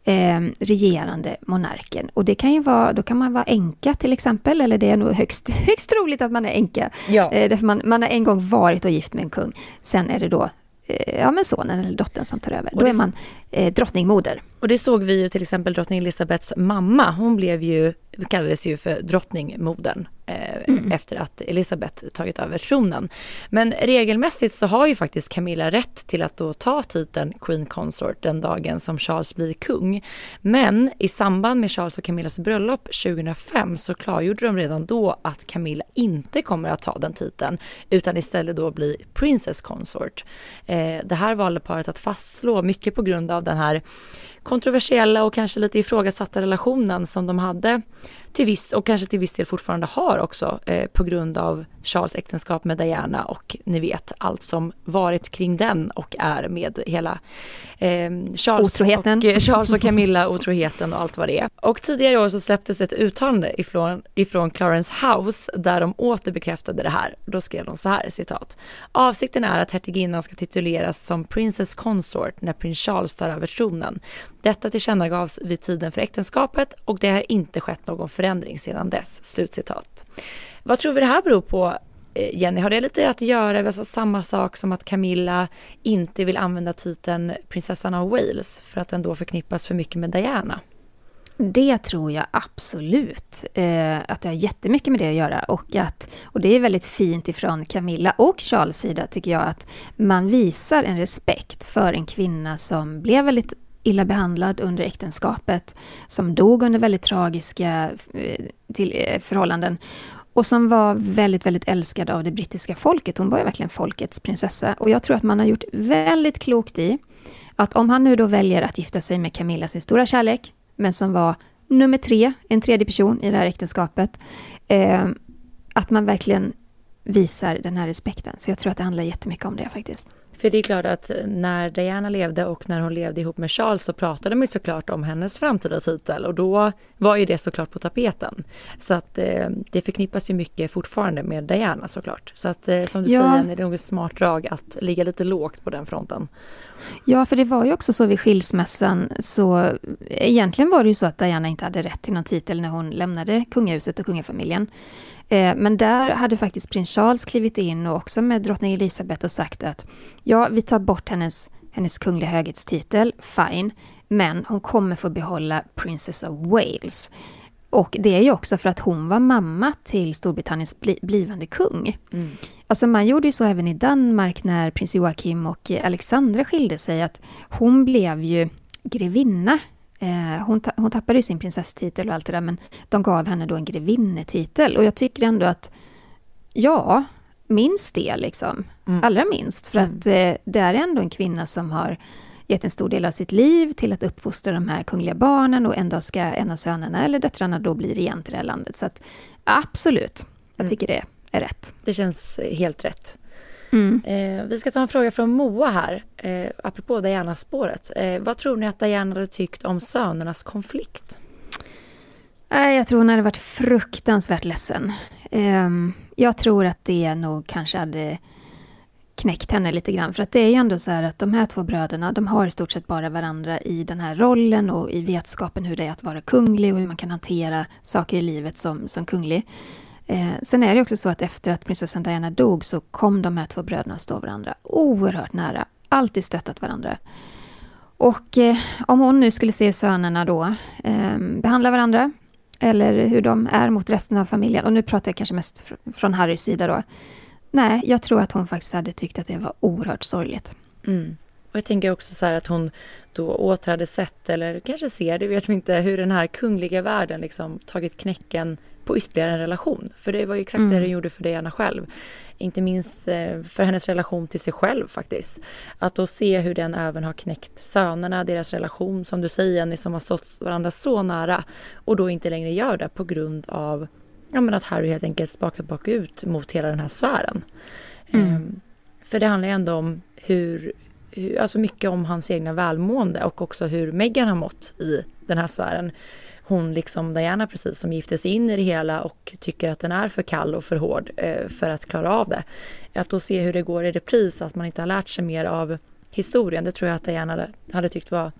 C: eh, regerande monarken. Och det kan ju vara, då kan man vara änka till exempel, eller det är nog högst, högst troligt att man är änka.
B: Ja.
C: Eh, därför man, man har en gång varit och gift med en kung. Sen är det då eh, ja, men sonen eller dottern som tar över. Och då är man eh, drottningmoder.
B: Och det såg vi ju till exempel drottning Elisabeths mamma. Hon blev ju, kallades ju för drottningmodern eh, mm. efter att Elisabeth tagit över tronen. Men regelmässigt så har ju faktiskt Camilla rätt till att då ta titeln Queen Consort den dagen som Charles blir kung. Men i samband med Charles och Camillas bröllop tjugohundrafem så klargjorde de redan då att Camilla inte kommer att ta den titeln utan istället då bli Princess Consort. Eh, det här valde paret att fastslå mycket på grund av den här kontroversiella och kanske lite ifrågasatta relationen som de hade till viss, och kanske till viss del fortfarande har också eh, på grund av Charles äktenskap med Diana och ni vet allt som varit kring den och är med hela eh, Charles,
C: otroheten.
B: Och, eh, Charles och Camilla, otroheten och allt vad det är. Och tidigare i år så släpptes ett uttalande ifrån, ifrån Clarence House där de återbekräftade det här. Då skrev de så här, citat: avsikten är att hertiginnan ska tituleras som Princess Consort när prins Charles tar över tronen. Detta tillkännagavs vid tiden för äktenskapet och det har inte skett någon förändring sedan dess. Slutcitat. Vad tror vi det här beror på, Jenny? Har det lite att göra med samma sak som att Camilla inte vill använda titeln prinsessan av Wales för att den då förknippas för mycket med Diana?
C: Det tror jag absolut eh, att det har jättemycket med det att göra och, att, och det är väldigt fint ifrån Camilla och Charles sida tycker jag att man visar en respekt för en kvinna som blev väldigt illa behandlad under äktenskapet, som dog under väldigt tragiska eh, till, eh, förhållanden och som var väldigt, väldigt älskad av det brittiska folket. Hon var ju verkligen folkets prinsessa och jag tror att man har gjort väldigt klokt i att om han nu då väljer att gifta sig med Camilla, sin stora kärlek, men som var nummer tre, en tredje person i det här äktenskapet, eh, att man verkligen visar den här respekten. Så jag tror att det handlar jättemycket om det faktiskt.
B: För det är klart att när Diana levde och när hon levde ihop med Charles så pratade man såklart om hennes framtida titel och då var ju det såklart på tapeten. Så att eh, det förknippas ju mycket fortfarande med Diana såklart. Så att eh, som du ja. säger är det nog ett smart drag att ligga lite lågt på den fronten.
C: Ja, för det var ju också så vid skilsmässan så egentligen var det ju så att Diana inte hade rätt till någon titel när hon lämnade kungahuset och kungafamiljen. Men där hade faktiskt prins Charles klivit in och också med drottning Elisabeth och sagt att ja, vi tar bort hennes, hennes kungliga höghetstitel, fine, men hon kommer få behålla Princess of Wales. Och det är ju också för att hon var mamma till Storbritanniens bli, blivande kung. Mm. Alltså man gjorde ju så även i Danmark när prins Joachim och Alexandra skilde sig att hon blev ju grevinna. Eh, hon, ta- hon tappade ju sin prinsesstitel och allt det där, men de gav henne då en grevinnetitel. Och jag tycker ändå att, ja, minst det liksom. Mm. Allra minst. För mm. att eh, det är ändå en kvinna som har gett en stor del av sitt liv till att uppfostra de här kungliga barnen och en dag ska en av sönerna eller döttrarna då bli regent i det här landet. Så att absolut, jag mm. tycker det är rätt.
B: Det känns helt rätt.
C: Mm.
B: Eh, vi ska ta en fråga från Moa här, eh, apropå Diana-spåret. Eh, vad tror ni att Diana hade tyckt om sönernas konflikt?
C: Eh, jag tror hon hade varit fruktansvärt ledsen. Eh, jag tror att det nog kanske hade knäckt henne lite grann. För att det är ju ändå så här att de här två bröderna, de har i stort sett bara varandra i den här rollen och i vetskapen hur det är att vara kunglig och hur man kan hantera saker i livet som, som kunglig. Eh, sen är det också så att efter att prinsessan Diana dog så kom de här två bröderna att stå varandra oerhört nära. Alltid stöttat varandra. Och eh, om hon nu skulle se sönerna då eh, behandla varandra eller hur de är mot resten av familjen. Och nu pratar jag kanske mest fr- från Harrys sida då. Nej, jag tror att hon faktiskt hade tyckt att det var oerhört sorgligt.
B: Mm. Och jag tänker också så här att hon då åter hade sett eller kanske ser, det vet vi inte, hur den här kungliga världen liksom tagit knäcken på ytterligare en relation. För det var ju exakt mm. det det gjorde för Diana själv. Inte minst för hennes relation till sig själv faktiskt. Att då se hur den även har knäckt sönerna, deras relation, som du säger, ni som har stått varandra så nära och då inte längre gör det på grund av ja, men att Harry helt enkelt spakat bakut mot hela den här sfären. Mm. Um, för det handlar ju ändå om hur, hur, alltså mycket om hans egna välmående och också hur Meghan har mått i den här sfären. Hon liksom Diana precis som gifte sig in i det hela och tycker att den är för kall och för hård eh, för att klara av det. Att då se hur det går i repris, att man inte har lärt sig mer av historien, det tror jag att Diana hade, hade tyckt var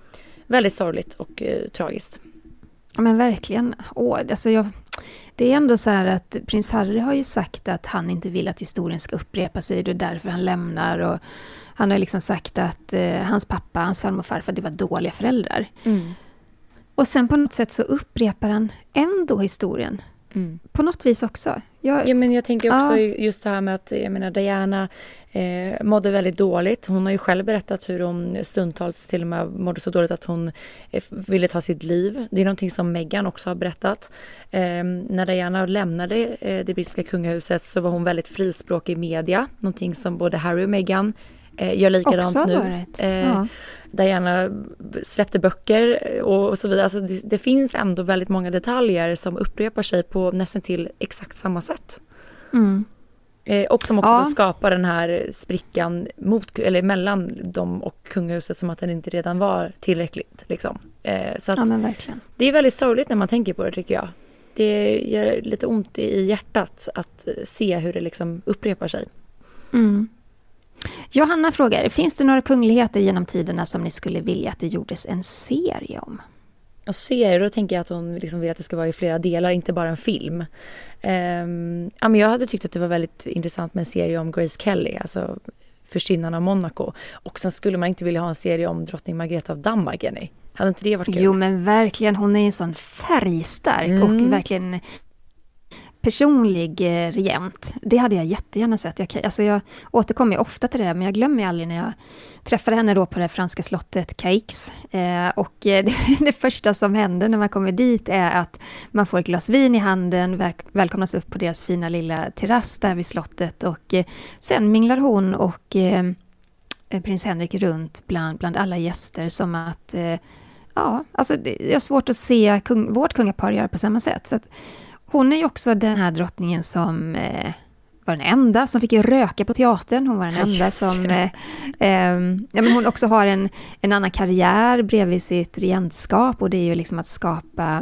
B: väldigt sorgligt och eh, tragiskt.
C: Ja, men verkligen. Åh, alltså jag, det är ändå så här att prins Harry har ju sagt att han inte vill att historien ska upprepa sig. Det är därför han lämnar. Och han har liksom sagt att eh, hans pappa, hans farmor och farfar, det var dåliga föräldrar.
B: Mm.
C: Och sen på något sätt så upprepar han ändå historien. Mm. På något vis också. Jag,
B: ja, men jag tänker också
C: ja.
B: just det här med att jag menar, Diana eh, mådde väldigt dåligt. Hon har ju själv berättat hur hon stundtals till och med mådde så dåligt att hon eh, ville ta sitt liv. Det är någonting som Meghan också har berättat. Eh, när Diana lämnade eh, det brittiska kungahuset så var hon väldigt frispråkig i media. Någonting som både Harry och Meghan eh, gör likadant
C: också
B: nu.
C: Varit.
B: Eh,
C: ja.
B: Diana släppte böcker och, och så vidare. Alltså det, det finns ändå väldigt många detaljer som upprepar sig på nästan till exakt samma sätt.
C: Mm.
B: Eh, och som också
C: ja.
B: skapar den här sprickan mot, eller mellan dem och kungahuset, som att den inte redan var tillräckligt. Liksom. Eh, så att
C: ja, men verkligen.
B: Det är väldigt sorgligt när man tänker på det, tycker jag. Det gör lite ont i hjärtat att se hur det liksom upprepar sig.
C: Mm. Johanna frågar, finns det några kungligheter genom tiderna som ni skulle vilja att det gjordes en serie om?
B: Och serier, då tänker jag att hon liksom vill att det ska vara i flera delar, inte bara en film. Um, ja, men jag hade tyckt att det var väldigt intressant med en serie om Grace Kelly, alltså förstinnan av Monaco. Och sen skulle man inte vilja ha en serie om drottning Margrethe av Danmark, Jenny. Hade inte det varit kul?
C: Jo, men verkligen, hon är en sån färgstark mm. och verkligen personlig eh, regent. Det hade jag jättegärna sett. Jag, alltså jag återkommer ju ofta till det, men jag glömmer aldrig när jag träffade henne då på det franska slottet Caix. Eh, och eh, det, det första som händer när man kommer dit är att man får ett glas vin i handen, väl, välkomnas upp på deras fina lilla terrass där vid slottet. Och eh, sen minglar hon och eh, prins Henrik runt bland, bland alla gäster som att eh, ja, alltså det är svårt att se kung, vårt kungapar göra på samma sätt. Så att hon är ju också den här drottningen som eh, var den enda som fick röka på teatern. Hon var den enda
B: Just.
C: som eh, eh, ja, men hon också har en, en annan karriär bredvid sitt regentskap. Och det är ju liksom att skapa,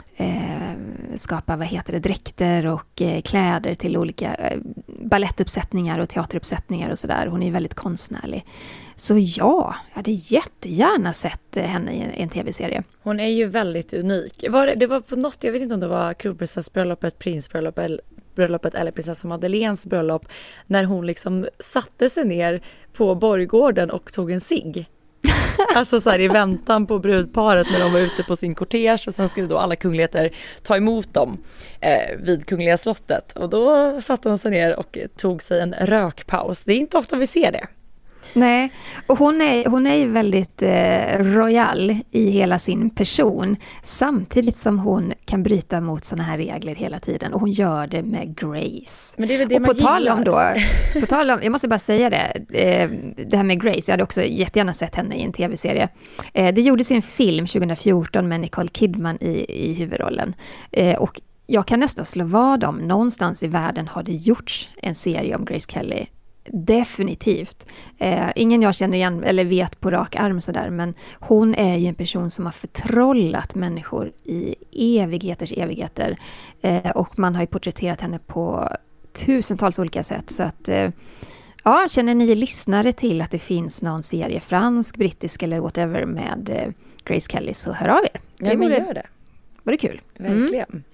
C: eh, skapa vad heter det, dräkter och eh, kläder till olika eh, ballettuppsättningar och teateruppsättningar och sådär. Hon är väldigt konstnärlig. Så ja, jag hade jättegärna sett henne i en tv-serie.
B: Hon är ju väldigt unik. Var det, det var på något, jag vet inte om det var kronprinsessbröllopet, prinsbröllopet eller, bröllopet eller prinsessa Madeleines bröllop, när hon liksom satte sig ner på borggården och tog en cigg. Alltså så här i väntan på brudparet när de var ute på sin kortege, och sen skulle då alla kungligheter ta emot dem eh, vid Kungliga slottet. Och då satte hon sig ner och tog sig en rökpaus. Det är inte ofta vi ser det.
C: Nej, och hon är, hon är ju väldigt eh, royal i hela sin person, samtidigt som hon kan bryta mot såna här regler hela tiden, och hon gör det med grace.
B: Men det är väl det
C: och
B: man
C: på tal
B: gillar.
C: om då, på tal om, jag måste bara säga det, eh, det här med Grace, jag hade också jättegärna sett henne i en tv-serie. Eh, det gjordes ju en film tjugo fjorton med Nicole Kidman i, i huvudrollen, eh, och jag kan nästan slå vad om någonstans i världen har det gjorts en serie om Grace Kelly. Definitivt. Eh, ingen jag känner igen eller vet på rak arm sådär, men hon är ju en person som har förtrollat människor i evigheters evigheter. Eh, och man har ju porträtterat henne på tusentals olika sätt. Så att, eh, ja, känner ni lyssnare till att det finns någon serie, fransk, brittisk eller whatever med eh, Grace Kelly, så hör av er.
B: Ja, det men gör det.
C: Var det kul?
B: Verkligen. Mm.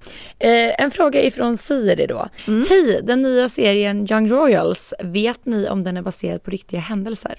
B: Eh, en fråga ifrån Siri då. Mm. Hej, den nya serien Young Royals, vet ni om den är baserad på riktiga händelser?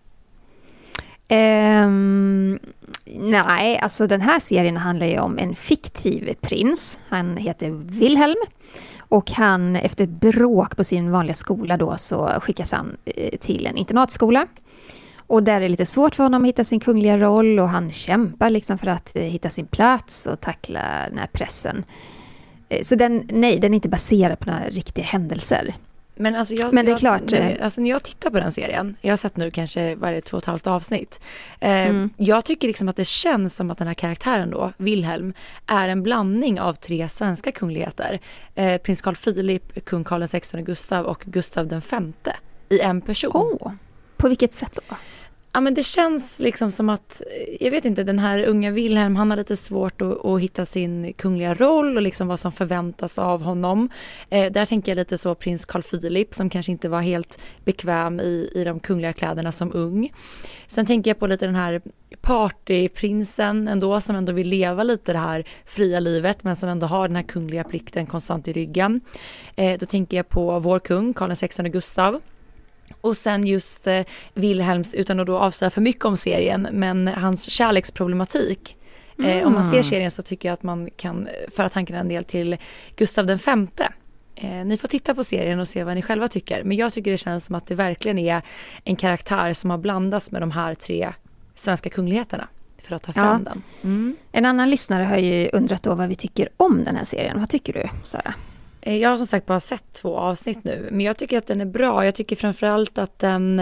C: Um, nej, alltså den här serien handlar ju om en fiktiv prins. Han heter Wilhelm. Och han, efter ett bråk på sin vanliga skola då, så skickas han eh, till en internatskola. Och där är det lite svårt för honom att hitta sin kungliga roll, och han kämpar liksom för att eh, hitta sin plats och tackla den här pressen. Eh, så den, nej, den är inte baserad på några riktiga händelser.
B: Men, alltså jag,
C: Men det är
B: jag,
C: klart.
B: När, alltså när jag tittar på den serien, jag har sett nu kanske varje två och ett halvt avsnitt. Eh,
C: Mm.
B: Jag tycker liksom att det känns som att den här karaktären då, Wilhelm, är en blandning av tre svenska kungligheter. Eh, prins Carl Philip, kung Carl den sextonde Gustav och Gustav den femte i en person.
C: Oh, på vilket sätt då?
B: Ja, men det känns liksom som att, jag vet inte, den här unga Wilhelm, han har lite svårt att, att hitta sin kungliga roll och liksom vad som förväntas av honom. Eh, där tänker jag lite så prins Carl Philip som kanske inte var helt bekväm i, i de kungliga kläderna som ung. Sen tänker jag på lite den här partyprinsen ändå som ändå vill leva lite det här fria livet men som ändå har den här kungliga plikten konstant i ryggen. Eh, då tänker jag på vår kung, Karl den sextonde Gustav. Och sen just eh, Wilhelms, utan att då avslöja för mycket om serien, men hans kärleksproblematik. Mm. Eh, om man ser serien så tycker jag att man kan föra tanken en del till Gustav den femte. Eh, ni får titta på serien och se vad ni själva tycker. Men jag tycker det känns som att det verkligen är en karaktär som har blandats med de här tre svenska kungligheterna för att ta fram ja. den. Mm.
C: En annan lyssnare har ju undrat då vad vi tycker om den här serien. Vad tycker du, Sara?
B: Jag har som sagt bara sett två avsnitt nu, men jag tycker att den är bra. Jag tycker framförallt att den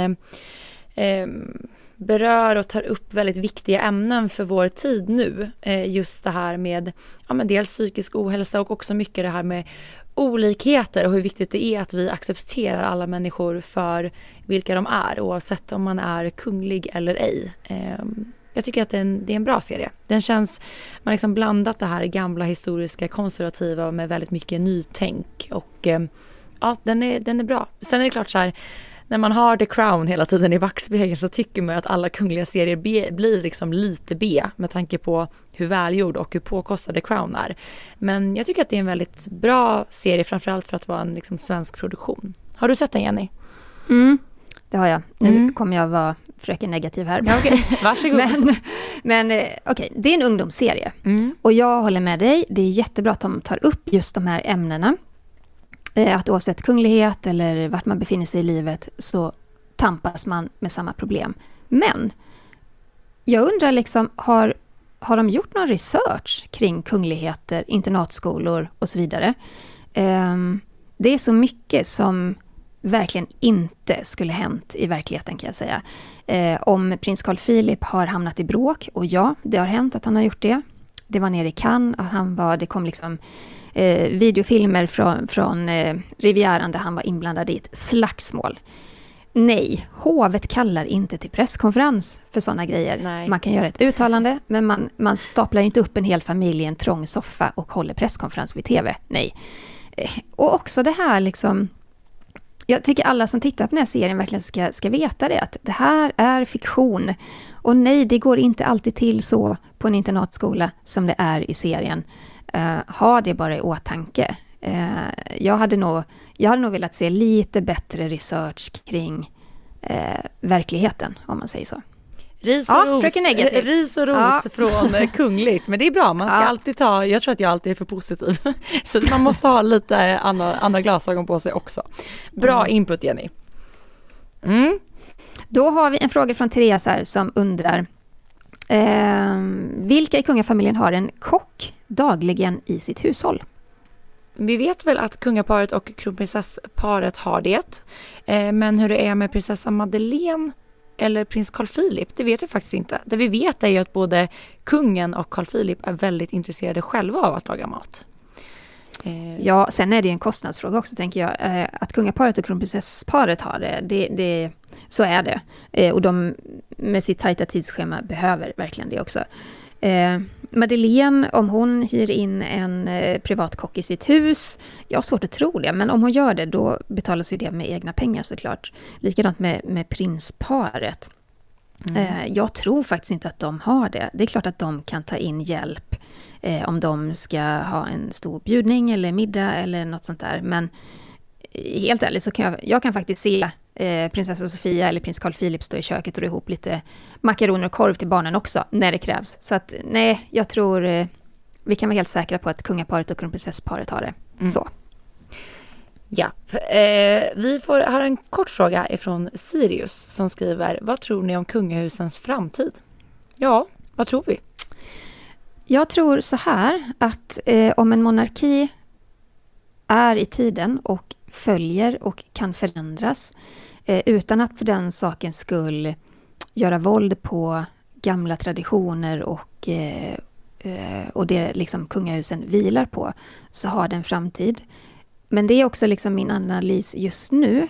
B: eh, berör och tar upp väldigt viktiga ämnen för vår tid nu. Eh, just det här med ja, men dels psykisk ohälsa och också mycket det här med olikheter och hur viktigt det är att vi accepterar alla människor för vilka de är, oavsett om man är kunglig eller ej. Eh, Jag tycker att det är, en, det är en bra serie. Den känns, man har liksom blandat det här gamla historiska konservativa med väldigt mycket nytänk. Och eh, ja, den är, den är bra. Sen är det klart så här, när man har The Crown hela tiden i backspegeln så tycker man att alla kungliga serier be, blir liksom lite B med tanke på hur välgjord och hur påkostad The Crown är. Men jag tycker att det är en väldigt bra serie, framförallt för att vara en liksom svensk produktion. Har du sett den, Jenny?
C: Mm. Det har jag. Nu
B: Mm.
C: kommer jag vara fröken negativ här.
B: Ja, okay. Varsågod.
C: men men okej, okay, det är en ungdomsserie.
B: Mm.
C: Och jag håller med dig. Det är jättebra att de tar upp just de här ämnena. Eh, att oavsett kunglighet eller vart man befinner sig i livet så tampas man med samma problem. Men jag undrar liksom, har, har de gjort någon research kring kungligheter, internatskolor och så vidare? Eh, det är så mycket som verkligen inte skulle hänt i verkligheten, kan jag säga. Eh, om prins Carl Philip har hamnat i bråk, och ja, det har hänt att han har gjort det. Det var nere i Cannes, att han var, det kom liksom eh, videofilmer från, från eh, Rivieran där han var inblandad i ett slagsmål. Nej, hovet kallar inte till presskonferens för sådana grejer.
B: Nej.
C: Man kan göra ett uttalande, men man, man staplar inte upp en hel familj i en trång soffa och håller presskonferens vid tv. Nej. Eh, och också det här liksom, jag tycker alla som tittar på den här serien verkligen ska, ska veta det, att det här är fiktion. Och nej, det går inte alltid till så på en internatskola som det är i serien. Uh, ha det bara i åtanke. Uh, jag, hade nog, jag hade nog velat se lite bättre research kring uh, verkligheten, om man säger så.
B: Ris och,
C: ja,
B: ros, ris och ros ja. från kungligt. Men det är bra, man ska ja. alltid ta, jag tror att jag alltid är för positiv. Så man måste ha lite andra, andra glasögon på sig också. Bra mm. input, Jenny. Mm.
C: Då har vi en fråga från Therese här som undrar eh, vilka i kungafamiljen har en kock dagligen i sitt hushåll?
B: Vi vet väl att kungaparet och kronprinsessparet har det. Eh, men hur det är med prinsessa Madeleine eller prins Carl Philip, det vet vi faktiskt inte. Det vi vet är ju att både kungen och Carl Philip är väldigt intresserade själva av att laga mat.
C: Eh. Ja, sen är det ju en kostnadsfråga också, tänker jag. Eh, att kungaparet och kronprinsessparet har det, det, det så är det. Eh, och de med sitt tajta tidsschema behöver verkligen det också. Eh, Madeleine, om hon hyr in en eh, privat kock i sitt hus, jag har svårt att tro det, men om hon gör det, då betalas ju det med egna pengar såklart. Likadant med, med prinsparet. Mm. Eh, jag tror faktiskt inte att de har det. Det är klart att de kan ta in hjälp eh, om de ska ha en stor bjudning eller middag eller något sånt där. Men helt ärligt så kan jag, jag kan faktiskt se eh, prinsessa Sofia eller prins Carl Philip stå i köket och dra ihop lite makaroner och korv till barnen också när det krävs. Så att nej, jag tror eh, vi kan vara helt säkra på att kungaparet och kronprinsessparet har det. Mm. Så.
B: Ja, eh, vi får höra en kort fråga ifrån Sirius som skriver: vad tror ni om kungahusens framtid? Ja, vad tror vi?
C: Jag tror så här att eh, om en monarki är i tiden och följer och kan förändras eh, utan att för den saken skull göra våld på gamla traditioner och, eh, eh, och det liksom kungahusen vilar på, så har den framtid. Men det är också liksom min analys just nu.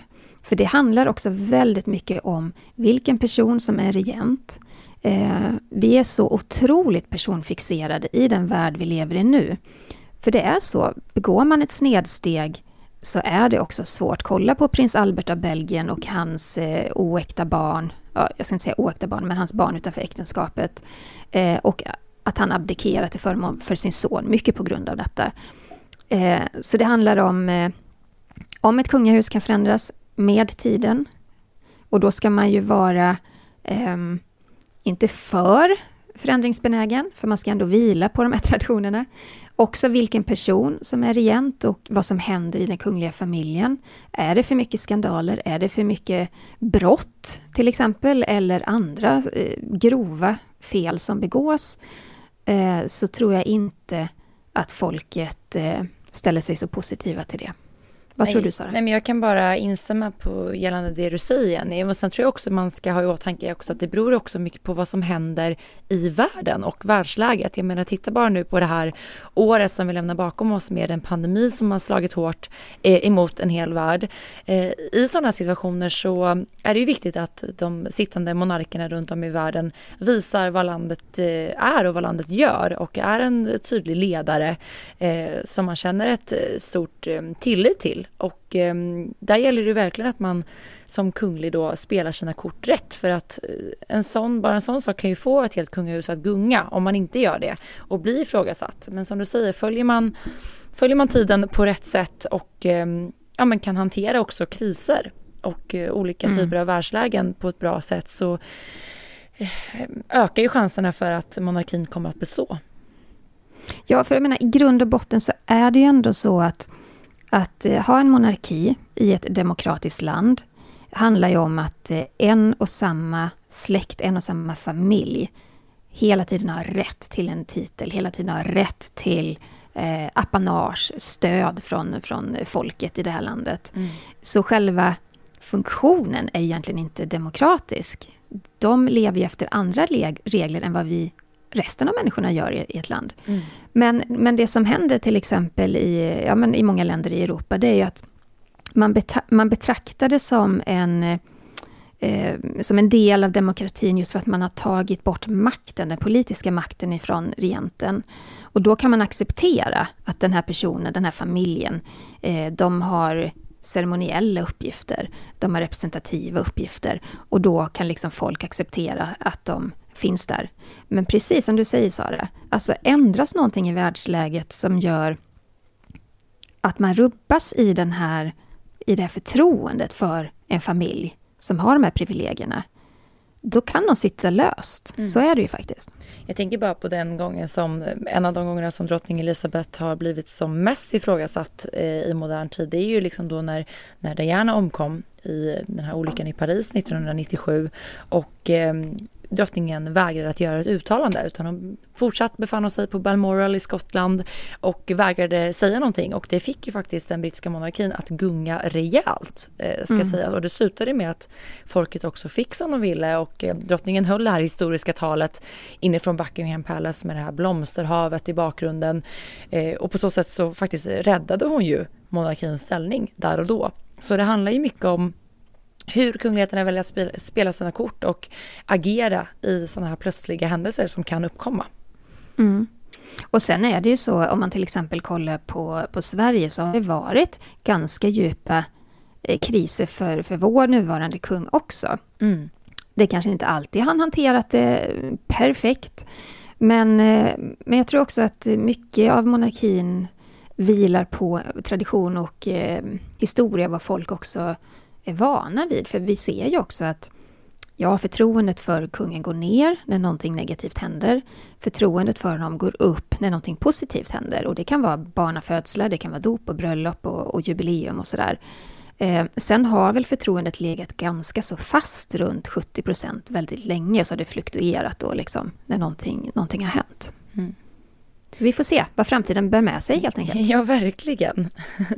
C: För det handlar också väldigt mycket om vilken person som är regent. Eh, vi är så otroligt personfixerade i den värld vi lever i nu. För det är så, begår man ett snedsteg så är det också svårt. Kolla på prins Albert av Belgien och hans eh, oäkta barn. Ja, jag ska inte säga oäkta barn, men hans barn utanför äktenskapet. Eh, och att han abdikerar till förmån för sin son, mycket på grund av detta. Eh, så det handlar om, eh, om ett kungahus kan förändras med tiden. Och då ska man ju vara eh, inte för förändringsbenägen, för man ska ändå vila på de här traditionerna. Också vilken person som är regent och vad som händer i den kungliga familjen. Är det för mycket skandaler? Är det för mycket brott till exempel? Eller andra eh, grova fel som begås? Eh, så tror jag inte att folket eh, ställer sig så positiva till det. Vad
B: nej,
C: tror du, Sara?
B: Nej, men jag kan bara instämma på gällande det du säger. Och sen tror jag också man ska ha i åtanke också att det beror också mycket på vad som händer i världen och världsläget. Jag menar, titta bara nu på det här året som vi lämnar bakom oss med en pandemi som har slagit hårt eh, emot en hel värld. Eh, I sådana situationer så är det ju viktigt att de sittande monarkerna runt om i världen visar vad landet eh, är och vad landet gör och är en tydlig ledare eh, som man känner ett stort eh, tillit till. Och eh, där gäller det verkligen att man som kunglig då spelar sina kort rätt, för att en sån, bara en sån sak kan ju få ett helt kungahus att gunga om man inte gör det och bli ifrågasatt. Men som du säger, följer man, följer man tiden på rätt sätt och eh, ja, men kan hantera också kriser och eh, olika mm. typer av världslägen på ett bra sätt, så eh, ökar ju chanserna för att monarkin kommer att bestå.
C: Ja, för jag menar, i grund och botten så är det ju ändå så att Att eh, ha en monarki i ett demokratiskt land handlar ju om att eh, en och samma släkt, en och samma familj hela tiden har rätt till en titel, hela tiden har rätt till eh, apanage, stöd från, från folket i det här landet. Mm. Så själva funktionen är egentligen inte demokratisk. De lever ju efter andra leg- regler än vad vi resten av människorna gör i, i ett land. Mm. Men, men det som händer till exempel i, ja, men i många länder i Europa, det är ju att man, beta- man betraktar det som en, eh, som en del av demokratin just för att man har tagit bort makten, den politiska makten ifrån regenten. Och då kan man acceptera att den här personen, den här familjen, eh, de har ceremoniella uppgifter, de har representativa uppgifter, och då kan liksom folk acceptera att de finns där. Men precis som du säger, Sara, alltså ändras någonting i världsläget som gör att man rubbas i den här, i det här förtroendet för en familj som har de här privilegierna, då kan de sitta löst. Mm. Så är det ju faktiskt.
B: Jag tänker bara på den gången som, en av de gångerna som drottning Elizabeth har blivit som mest ifrågasatt eh, i modern tid. Det är ju liksom då när, när Diana omkom i den här olyckan i Paris nittonhundranittiosju, och eh, drottningen vägrade att göra ett uttalande, utan hon fortsatt befann sig på Balmoral i Skottland och vägrade säga någonting, och det fick ju faktiskt den brittiska monarkin att gunga rejält, eh, ska mm. sägas, och det slutade med att folket också fick som de ville, och eh, drottningen höll det här historiska talet inifrån Buckingham Palace med det här blomsterhavet i bakgrunden, eh, och på så sätt så faktiskt räddade hon ju monarkins ställning där och då. Så det handlar ju mycket om hur kungligheterna väljer att spela, spela sina kort och agera i sådana här plötsliga händelser som kan uppkomma.
C: Mm. Och sen är det ju så, om man till exempel kollar på, på Sverige, så har det varit ganska djupa eh, kriser för, för vår nuvarande kung också. Mm. Det kanske inte alltid han hanterat det perfekt, men, eh, men jag tror också att mycket av monarkin vilar på tradition och eh, historia, vad folk också är vana vid. För vi ser ju också att ja, förtroendet för kungen går ner när någonting negativt händer. Förtroendet för honom går upp när någonting positivt händer. Och det kan vara barnafödslar, det kan vara dop och bröllop och, och jubileum och sådär. Eh, sen har väl förtroendet legat ganska så fast runt sjuttio procent väldigt länge, så har det fluktuerat då liksom när någonting, någonting har hänt. Mm. Så vi får se vad framtiden bär med sig helt enkelt.
B: Ja, verkligen.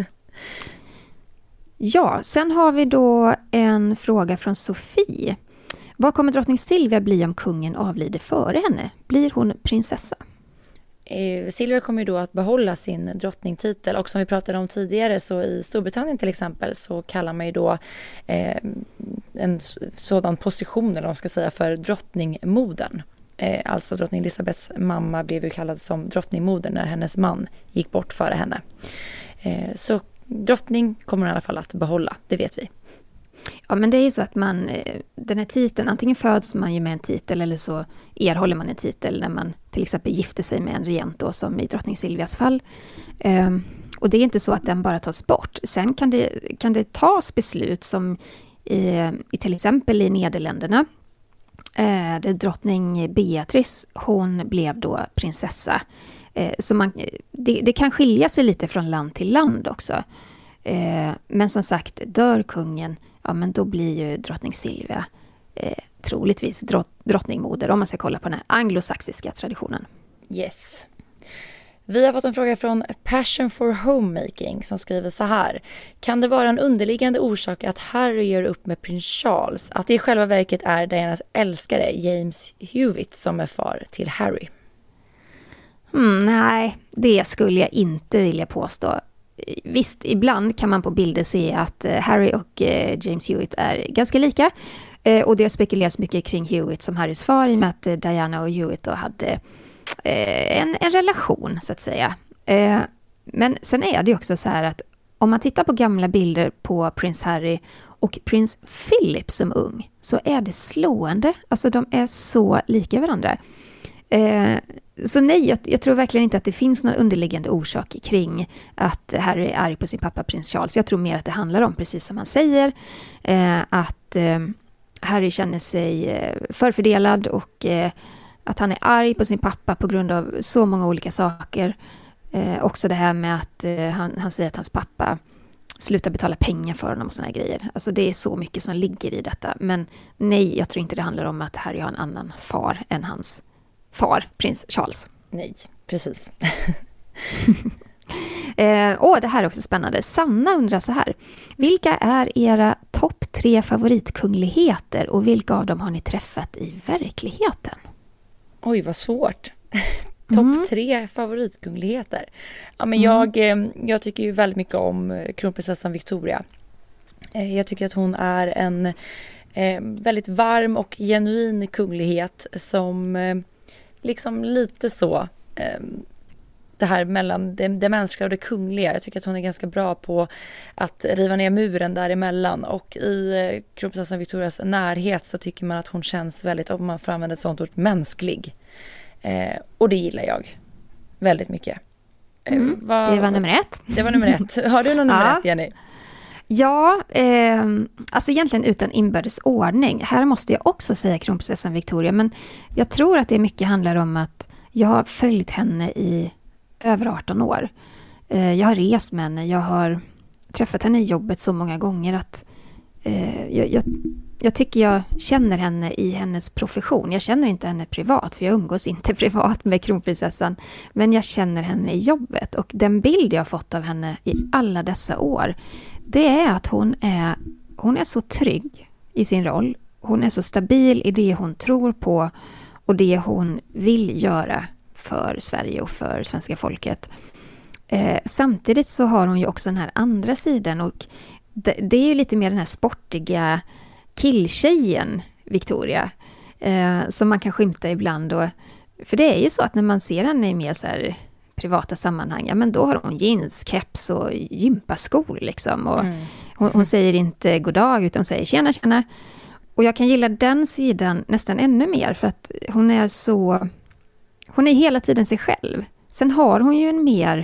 C: Ja, sen har vi då en fråga från Sofie. Vad kommer drottning Silvia bli om kungen avlider före henne? Blir hon prinsessa?
B: eh, Silvia kommer ju då att behålla sin drottningtitel, och som vi pratade om tidigare så i Storbritannien till exempel så kallar man ju då eh, en sådan position, eller vad man ska säga, för drottningmodern. Eh, alltså drottning Elizabeths mamma blev ju kallad som drottningmoder när hennes man gick bort före henne. Eh, så drottning kommer hon i alla fall att behålla, det vet vi.
C: Ja, men det är ju så att man, den här titeln, antingen föds man ju med en titel eller så erhåller man en titel när man till exempel gifter sig med en regent då, som i drottning Silvias fall. Um, och det är inte så att den bara tas bort. Sen kan det, kan det tas beslut som i, i till exempel i Nederländerna. Uh, där drottning Beatrice, hon blev då prinsessa. Uh, så man, det, det kan skilja sig lite från land till land också. Uh, men som sagt, dör kungen, ja, men då blir ju drottning Silvia eh, troligtvis drott, drottningmoder, om man ska kolla på den här anglosaxiska traditionen.
B: Yes. Vi har fått en fråga från Passion for Homemaking som skriver så här. Kan det vara en underliggande orsak att Harry gör upp med prins Charles? Att det i själva verket är Dianas älskare James Hewitt som är far till Harry?
C: Mm, nej, det skulle jag inte vilja påstå. Visst, ibland kan man på bilder se att Harry och James Hewitt är ganska lika. Och det har spekulerats mycket kring Hewitt som Harrys far, i och med att Diana och Hewitt då hade en, en relation, så att säga. Men sen är det också så här att om man tittar på gamla bilder på prins Harry och prins Philip som ung, så är det slående. Alltså de är så lika varandra. Så nej, jag, jag tror verkligen inte att det finns någon underliggande orsak kring att Harry är arg på sin pappa prins Charles. Jag tror mer att det handlar om, precis som han säger, eh, att eh, Harry känner sig eh, förfördelad och eh, att han är arg på sin pappa på grund av så många olika saker. Eh, också det här med att eh, han, han säger att hans pappa slutar betala pengar för honom och såna här grejer. Alltså det är så mycket som ligger i detta. Men nej, jag tror inte det handlar om att Harry har en annan far än hans far, prins Charles.
B: Nej, precis.
C: eh, och det här är också spännande. Sanna undrar så här. Vilka är era topp tre favoritkungligheter och vilka av dem har ni träffat i verkligheten?
B: Oj, vad svårt. Topp mm. tre favoritkungligheter. Ja, men
C: mm.
B: jag, jag tycker ju väldigt mycket om kronprinsessan Victoria. Jag tycker att hon är en eh, väldigt varm och genuin kunglighet som eh, liksom lite så eh, det här mellan det, det mänskliga och det kungliga. Jag tycker att hon är ganska bra på att riva ner muren däremellan, och i eh, kronprinsessan Victorias närhet så tycker man att hon känns väldigt, om man får använda ett sånt ord, mänsklig. Eh, och det gillar jag väldigt mycket. Eh,
C: mm,
B: vad,
C: det var nummer ett.
B: Det var nummer ett. Har du någon nummer
C: ja.
B: ett, Jenny?
C: Ja, eh, alltså egentligen utan inbördes ordning. Här måste jag också säga kronprinsessan Victoria, men jag tror att det mycket handlar om att jag har följt henne i över arton år. Eh, jag har rest med henne, jag har träffat henne i jobbet så många gånger att eh, jag, jag, jag tycker jag känner henne i hennes profession. Jag känner inte henne privat, för jag umgås inte privat med kronprinsessan, men jag känner henne i jobbet. Och den bild jag har fått av henne i alla dessa år, det är att hon är, hon är så trygg i sin roll. Hon är så stabil i det hon tror på och det hon vill göra för Sverige och för svenska folket. Eh, samtidigt så har hon ju också den här andra sidan, och det, det är ju lite mer den här sportiga killtjejen Victoria eh, som man kan skymta ibland. Och, för det är ju så att när man ser henne i mer så här privata sammanhang, ja, men då har hon jeans, keps och gympaskor liksom. Och mm. hon, hon säger inte god dag, utan hon säger tjena, tjena. Och jag kan gilla den sidan nästan ännu mer, för att hon är så, hon är hela tiden sig själv. Sen har hon ju en mer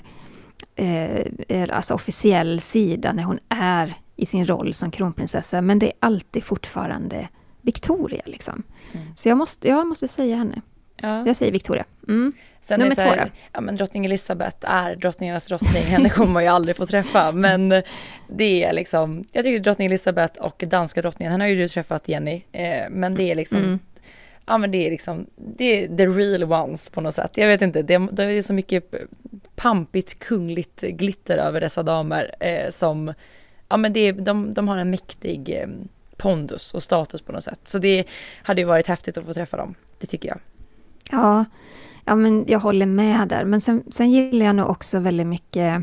C: eh, alltså officiell sida när hon är i sin roll som kronprinsessa, men det är alltid fortfarande Victoria liksom. Mm. Så jag måste, jag måste säga henne. Ja. Jag säger Victoria. Mm.
B: Sen nummer två då? Ja, men drottning Elizabeth är drottningarnas drottning. Henne kommer man ju aldrig få träffa. Men det är liksom, jag tycker drottning Elizabeth och danska drottningen, henne har ju du träffat, Jenny. Eh, men det är liksom, mm. ja men det är liksom, det är the real ones på något sätt. Jag vet inte, det, det är så mycket pampigt, kungligt glitter över dessa damer eh, som, ja men det är, de, de har en mäktig eh, pondus och status på något sätt. Så det hade ju varit häftigt att få träffa dem, det tycker jag.
C: Ja, ja men jag håller med där. Men sen, sen gillar jag nog också väldigt mycket...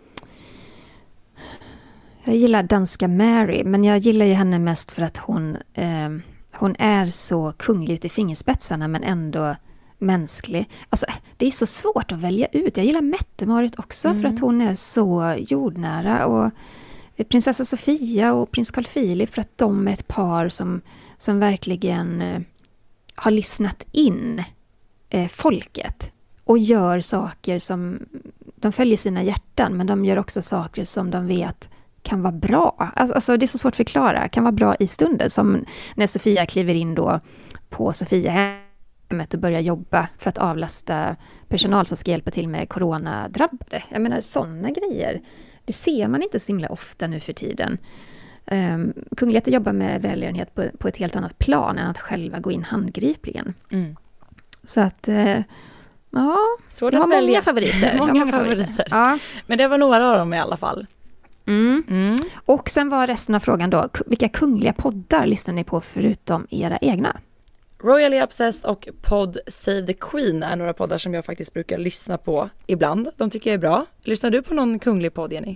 C: Jag gillar danska Mary, men jag gillar ju henne mest för att hon, eh, hon är så kunglig ut i fingerspetsarna men ändå mänsklig. Alltså, det är så svårt att välja ut. Jag gillar Mette-Marit också mm. för att hon är så jordnära. Och prinsessa Sofia och prins Carl Philip, för att de är ett par som, som verkligen eh, har lyssnat in eh, folket och gör saker som... De följer sina hjärtan, men de gör också saker som de vet kan vara bra. Alltså, det är så svårt att förklara. Kan vara bra i stunden. Som när Sofia kliver in då på Sofiahemmet och börjar jobba för att avlasta personal som ska hjälpa till med coronadrabbade. Jag menar, sådana grejer. Det ser man inte så himla ofta nu för tiden. Um, kungligheter jobbar med välgörenhet på, på ett helt annat plan än att själva gå in handgripligen. Mm. Så att... Uh, ja,
B: svårt
C: jag har
B: att välja.
C: många favoriter.
B: många,
C: många
B: favoriter.
C: favoriter. Ja.
B: Men det var några av dem i alla fall.
C: Mm. Mm. Och sen var resten av frågan då, vilka kungliga poddar lyssnar ni på förutom era egna?
B: Royally Obsessed och podd Save the Queen är några poddar som jag faktiskt brukar lyssna på ibland. De tycker jag är bra. Lyssnar du på någon kunglig podd, Jenny?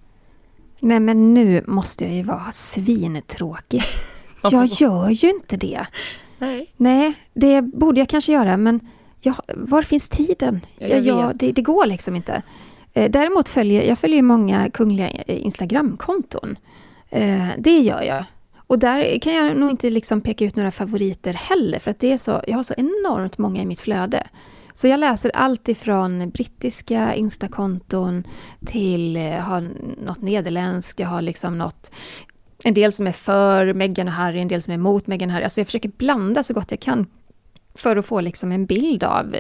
C: Nej, men nu måste jag ju vara svintråkig. Jag gör ju inte det.
B: Nej.
C: Nej, det borde jag kanske göra, men jag, var finns tiden?
B: Ja, jag
C: jag, jag, det, det går liksom inte. Däremot följer jag följer många kungliga Instagramkonton. Det gör jag. Och där kan jag nog inte liksom peka ut några favoriter heller. För att det är så, jag har så enormt många i mitt flöde. Så jag läser allt ifrån brittiska Instakonton till har något nederländskt. Jag har liksom något, en del som är för Meghan och Harry, en del som är emot Meghan och Harry. Alltså jag försöker blanda så gott jag kan för att få liksom en bild av...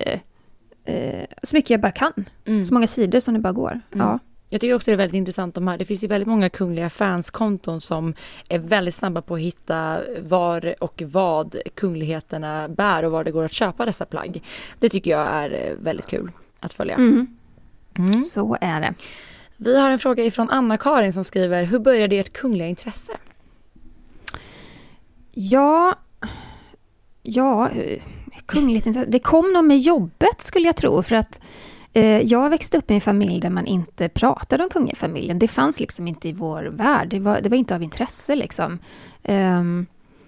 C: Eh, så mycket jag bara kan. Mm. Så många sidor som det bara går. Mm. Ja.
B: Jag tycker också det är väldigt intressant de här. Det finns ju väldigt många kungliga fanskonton som är väldigt snabba på att hitta var och vad kungligheterna bär och var det går att köpa dessa plagg. Det tycker jag är väldigt kul att följa.
C: Mm. Mm. Så är det.
B: Vi har en fråga ifrån Anna-Karin som skriver: hur började ert kungliga intresse?
C: Ja... Ja... Kungligt intresse. Det kom nog med jobbet skulle jag tro, för att eh, jag växte upp i en familj där man inte pratade om kungafamiljen. Det fanns liksom inte i vår värld. Det var, det var inte av intresse liksom. Um,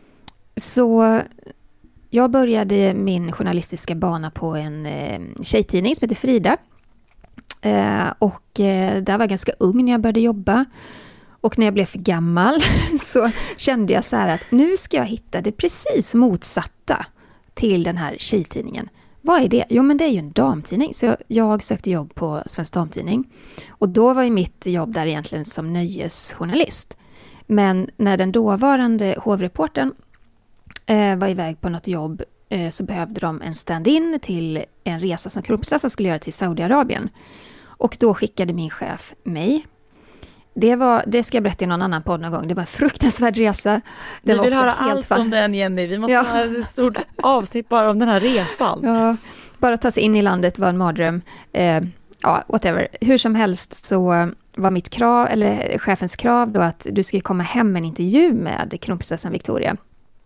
C: så jag började min journalistiska bana på en eh, tjejtidning som heter Frida. Eh, och eh, där var jag ganska ung när jag började jobba. Och när jag blev för gammal så kände jag så här att nu ska jag hitta det precis motsatta till den här tjejtidningen. Vad är det? Jo, men det är ju en damtidning. Så jag, jag sökte jobb på Svensk Damtidning. Och då var ju mitt jobb där egentligen som nöjesjournalist. Men när den dåvarande hovreportern eh, var iväg på något jobb eh, så behövde de en stand-in till en resa som kronprinsessan skulle göra till Saudiarabien. Och då skickade min chef mig. Det, var, det ska jag berätta i någon annan podd någon gång. Det var en fruktansvärd resa.
B: Vi vill höra allt fall. om den, Jenny. Vi måste ja. ha ett stort avsnitt bara om den här resan.
C: Ja, bara ta sig in i landet var en mardröm. Eh, ja, whatever. Hur som helst så var mitt krav, eller chefens krav då, att du ska komma hem med en intervju med kronprinsessan Victoria.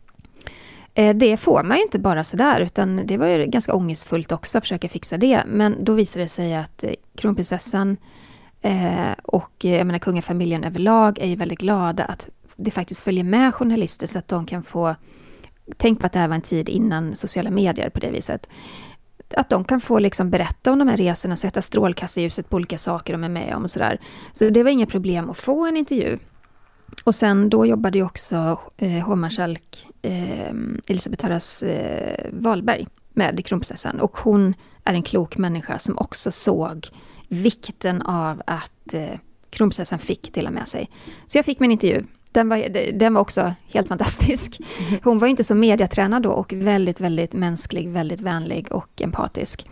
C: Eh, det får man ju inte bara sådär, utan det var ju ganska ångestfullt också att försöka fixa det. Men då visade det sig att eh, kronprinsessan Eh, och jag menar kungafamiljen överlag är ju väldigt glada att det faktiskt följer med journalister så att de kan få, tänk på att det här var en tid innan sociala medier på det viset, att de kan få liksom berätta om de här resorna, sätta strålkastarljuset på olika saker de är med om och sådär. Så det var inga problem att få en intervju. Och sen då jobbade ju också eh, hovmarskalk eh, Elisabeth Harras eh, Wahlberg med kronprinsessan, och hon är en klok människa som också såg vikten av att eh, kronprinsessan fick dela med sig. Så jag fick min intervju. Den var, den var också helt fantastisk. Hon var inte så mediatränad då och väldigt, väldigt mänsklig, väldigt vänlig och empatisk.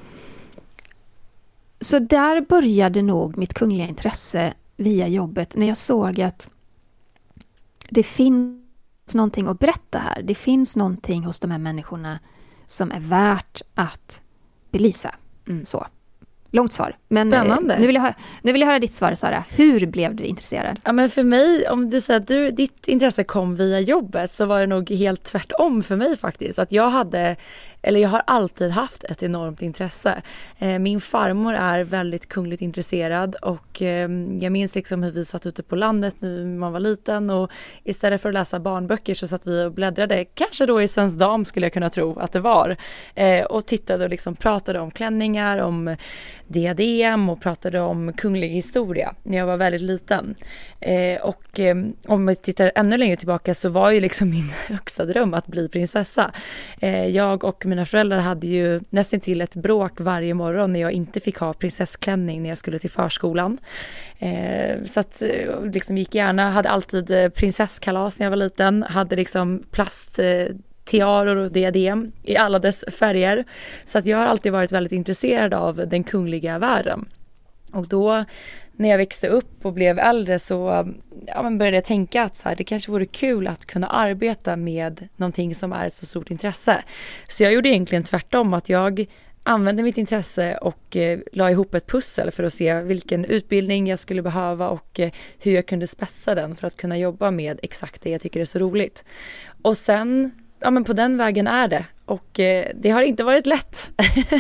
C: Så där började nog mitt kungliga intresse via jobbet när jag såg att det finns någonting att berätta här. Det finns någonting hos de här människorna som är värt att belysa. Mm. Så. Långt svar. Men
B: spännande.
C: Nu vill, jag höra, nu vill jag höra ditt svar, Sara. Hur blev du intresserad?
B: Ja, men för mig, om du säger att du, ditt intresse kom via jobbet, så var det nog helt tvärtom för mig faktiskt. Att jag hade eller jag har alltid haft ett enormt intresse. Eh, min farmor är väldigt kungligt intresserad och eh, jag minns liksom hur vi satt ute på landet när man var liten och istället för att läsa barnböcker så satt vi och bläddrade, kanske då i Svensk Dam skulle jag kunna tro att det var, eh, och tittade och liksom pratade om klänningar, om diadem och pratade om kunglig historia när jag var väldigt liten. Eh, och eh, om vi tittar ännu längre tillbaka så var ju liksom min högsta dröm att bli prinsessa. Eh, jag och mina föräldrar hade ju nästan till ett bråk varje morgon när jag inte fick ha prinsessklänning när jag skulle till förskolan. Eh, så att liksom gick gärna, hade alltid prinsesskalas när jag var liten, hade liksom plast eh, tiaror och diadem i alla dess färger. Så att jag har alltid varit väldigt intresserad av den kungliga världen. Och då när jag växte upp och blev äldre så ja, men började jag tänka att så här, det kanske vore kul att kunna arbeta med någonting som är ett så stort intresse. Så jag gjorde egentligen tvärtom, att jag använde mitt intresse och eh, la ihop ett pussel för att se vilken utbildning jag skulle behöva och eh, hur jag kunde spetsa den för att kunna jobba med exakt det jag tycker är så roligt. Och sen, ja men på den vägen är det. Och eh, det har inte varit lätt.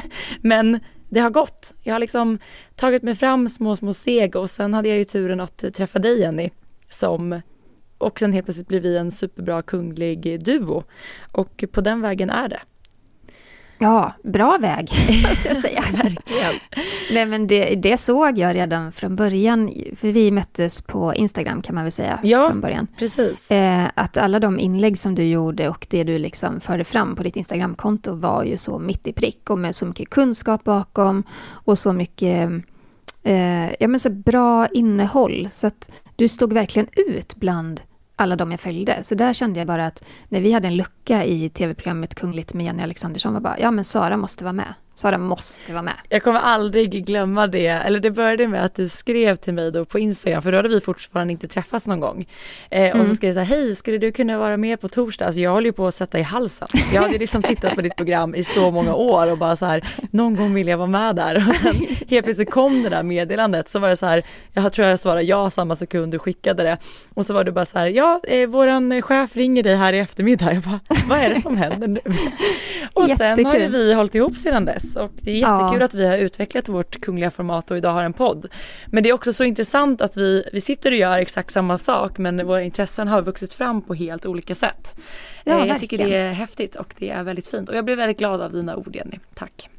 B: Men det har gått. Jag har liksom tagit mig fram små, små steg och sen hade jag ju turen att träffa dig, Jenny, som och sen helt plötsligt blev vi en superbra kunglig duo. Och på den vägen är det.
C: Ja, bra väg, måste jag säga. Verkligen. Nej, men det, det såg jag redan från början, för vi möttes på Instagram kan man väl säga,
B: ja,
C: från början.
B: Precis.
C: Eh, att alla de inlägg som du gjorde och det du liksom förde fram på ditt Instagramkonto var ju så mitt i prick och med så mycket kunskap bakom och så mycket eh, ja, men så bra innehåll. Så att du stod verkligen ut bland alla de jag följde. Så där kände jag bara att när vi hade en lucka i tv-programmet Kungligt med Jenny Alexandersson var bara, ja men Sara måste vara med. Sara måste vara med.
B: Jag kommer aldrig glömma det. Eller det började med att du skrev till mig då på Instagram, för då hade vi fortfarande inte träffats någon gång. Eh, mm. Och så skrev jag så här, hej, skulle du kunna vara med på torsdag? Alltså jag håller ju på att sätta i halsen. Jag hade liksom tittat på ditt program i så många år och bara så här, någon gång vill jag vara med där. Och sen helt plötsligt kom det där meddelandet, så var det så här, jag tror jag svarade ja samma sekund du skickade det. Och så var det bara så här, ja, eh, våran chef ringer dig här i eftermiddag. Jag bara, vad är det som händer nu? Och sen har ju vi hållit ihop sedan dess. Och det är jättekul ja. att vi har utvecklat vårt kungliga format och idag har en podd. Men det är också så intressant att vi, vi sitter och gör exakt samma sak, men våra intressen har vuxit fram på helt olika sätt. Ja, jag verkligen. tycker det är häftigt och det är väldigt fint. Och jag blir väldigt glad av dina ord, Jenny. Tack.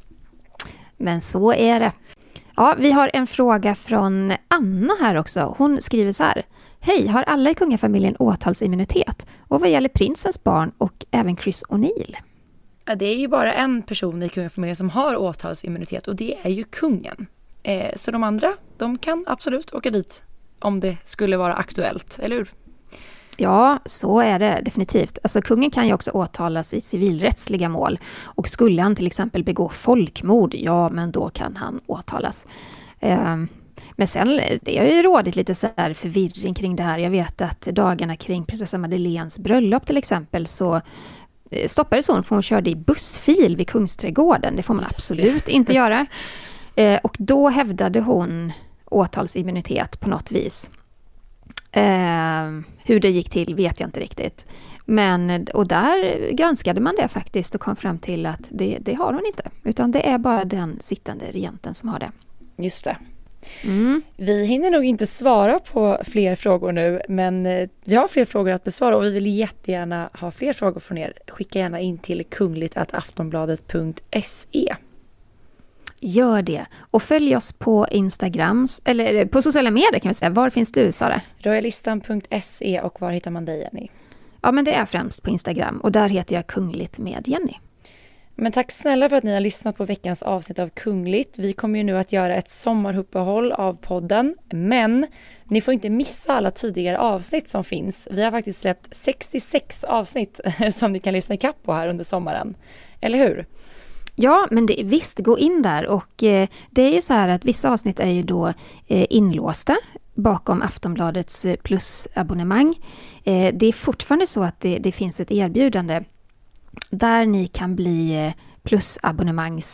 C: Men så är det. Ja, vi har en fråga från Anna här också. Hon skriver så här. Hej, har alla i kungafamiljen åtalsimmunitet? Och vad gäller prinsens barn och även Chris O'Neill?
B: Det är ju bara en person i kungafamiljen som har åtalsimmunitet och det är ju kungen. Eh, så de andra, de kan absolut åka dit om det skulle vara aktuellt, eller hur?
C: Ja, så är det definitivt. Alltså kungen kan ju också åtalas i civilrättsliga mål och skulle han till exempel begå folkmord, ja men då kan han åtalas. Eh, men sen, det har ju rådigt lite så här förvirring kring det här. Jag vet att dagarna kring prinsessa Madeleines bröllop till exempel så stoppades hon för hon körde i bussfil vid Kungsträdgården. Det får man absolut inte göra. Eh, och då hävdade hon åtalsimmunitet på något vis. Eh, hur det gick till vet jag inte riktigt. Men, och där granskade man det faktiskt och kom fram till att det, det har hon inte. Utan det är bara den sittande regenten som har det.
B: Just det.
C: Mm.
B: Vi hinner nog inte svara på fler frågor nu, men vi har fler frågor att besvara och vi vill jättegärna ha fler frågor från er. Skicka gärna in till kungligt at aftonbladet punkt se.
C: Gör det. Och följ oss på Instagram, eller på sociala medier kan vi säga. Var finns du, Sara?
B: royalistan punkt se. Och var hittar man dig, Jenny?
C: Ja, men det är främst på Instagram och där heter jag Kungligt med Jenny.
B: Men tack snälla för att ni har lyssnat på veckans avsnitt av Kungligt. Vi kommer ju nu att göra ett sommaruppehåll av podden, men ni får inte missa alla tidigare avsnitt som finns. Vi har faktiskt släppt sextiosex avsnitt som ni kan lyssna ikapp på här under sommaren. Eller hur?
C: Ja, men det, visst, gå in där och eh, det är ju så här att vissa avsnitt är ju då eh, inlåsta bakom Aftonbladets plusabonnemang. Eh, det är fortfarande så att det, det finns ett erbjudande där ni kan bli plusabonnemangs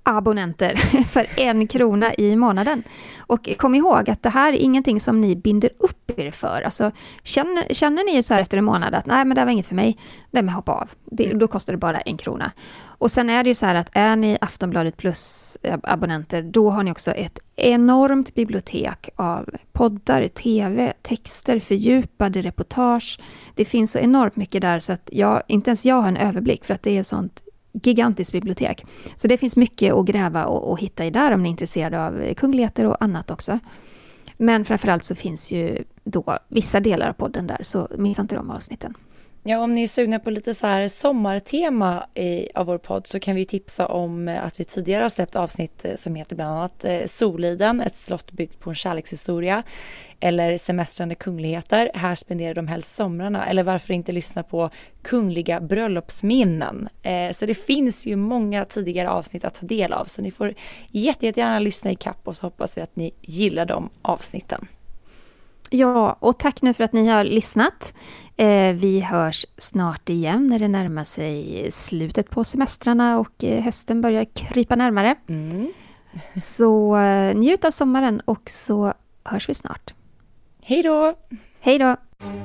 C: abonnenter för en krona i månaden. Och kom ihåg att det här är ingenting som ni binder upp er för. Alltså, känner, känner ni så här efter en månad att nej, men det var inget för mig, nej, men hoppa av. Det, då kostar det bara en krona. Och sen är det ju så här att är ni Aftonbladet Plus abonnenter, då har ni också ett enormt bibliotek av poddar, tv, texter, fördjupade reportage. Det finns så enormt mycket där så att jag, inte ens jag har en överblick, för att det är sånt gigantiskt bibliotek. Så det finns mycket att gräva och, och hitta i där om ni är intresserade av kungligheter och annat också. Men framförallt så finns ju då vissa delar av podden där, så missa inte de avsnitten.
B: Ja, om ni är sugna på lite så här sommartema i, av vår podd, så kan vi tipsa om att vi tidigare har släppt avsnitt som heter bland annat Soliden, ett slott byggt på en kärlekshistoria, eller Semestrande kungligheter, här spenderar de helst somrarna, eller varför inte lyssna på kungliga bröllopsminnen. Eh, så det finns ju många tidigare avsnitt att ta del av, så ni får jätte, jättegärna lyssna i kapp, och så hoppas vi att ni gillar de avsnitten.
C: Ja, och tack nu för att ni har lyssnat. Eh, vi hörs snart igen när det närmar sig slutet på semestrarna och eh, hösten börjar krypa närmare.
B: Mm.
C: Så eh, njut av sommaren, och så hörs vi snart.
B: Hej då!
C: Hej då!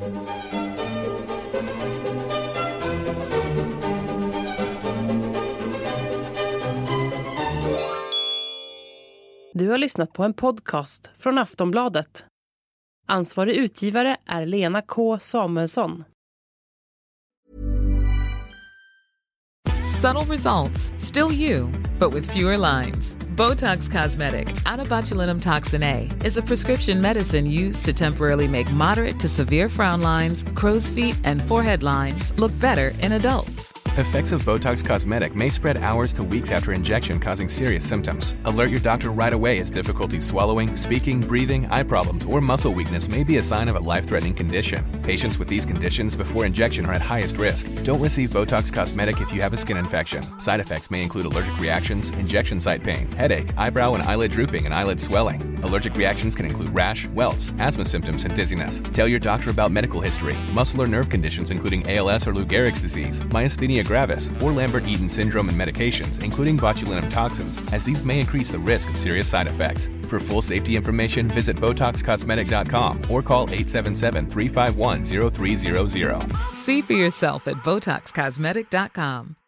D: Du har lyssnat på en podcast från Aftonbladet. Ansvarig utgivare är Lena K. Samuelsson.
E: Subtle results, still you, but with fewer lines. Botox Cosmetic, out of botulinum toxin A, is a prescription medicine used to temporarily make moderate to severe frown lines, crow's feet, and forehead lines look better in adults.
F: Effects of Botox Cosmetic may spread hours to weeks after injection, causing serious symptoms. Alert your doctor right away as difficulty swallowing, speaking, breathing, eye problems, or muscle weakness may be a sign of a life-threatening condition. Patients with these conditions before injection are at highest risk. Don't receive Botox Cosmetic if you have a skin infection. Side effects may include allergic reactions, injection site pain, headache, eyebrow and eyelid drooping, and eyelid swelling. Allergic reactions can include rash, welts, asthma symptoms, and dizziness. Tell your doctor about medical history, muscle or nerve conditions including A L S or Lou Gehrig's disease, myasthenia gravis, or Lambert-Eaton syndrome, and medications, including botulinum toxins, as these may increase the risk of serious side effects. For full safety information, visit Botox Cosmetic dot com or call eight seven seven, three five one, zero three zero zero.
E: See for yourself at Botox Cosmetic dot com.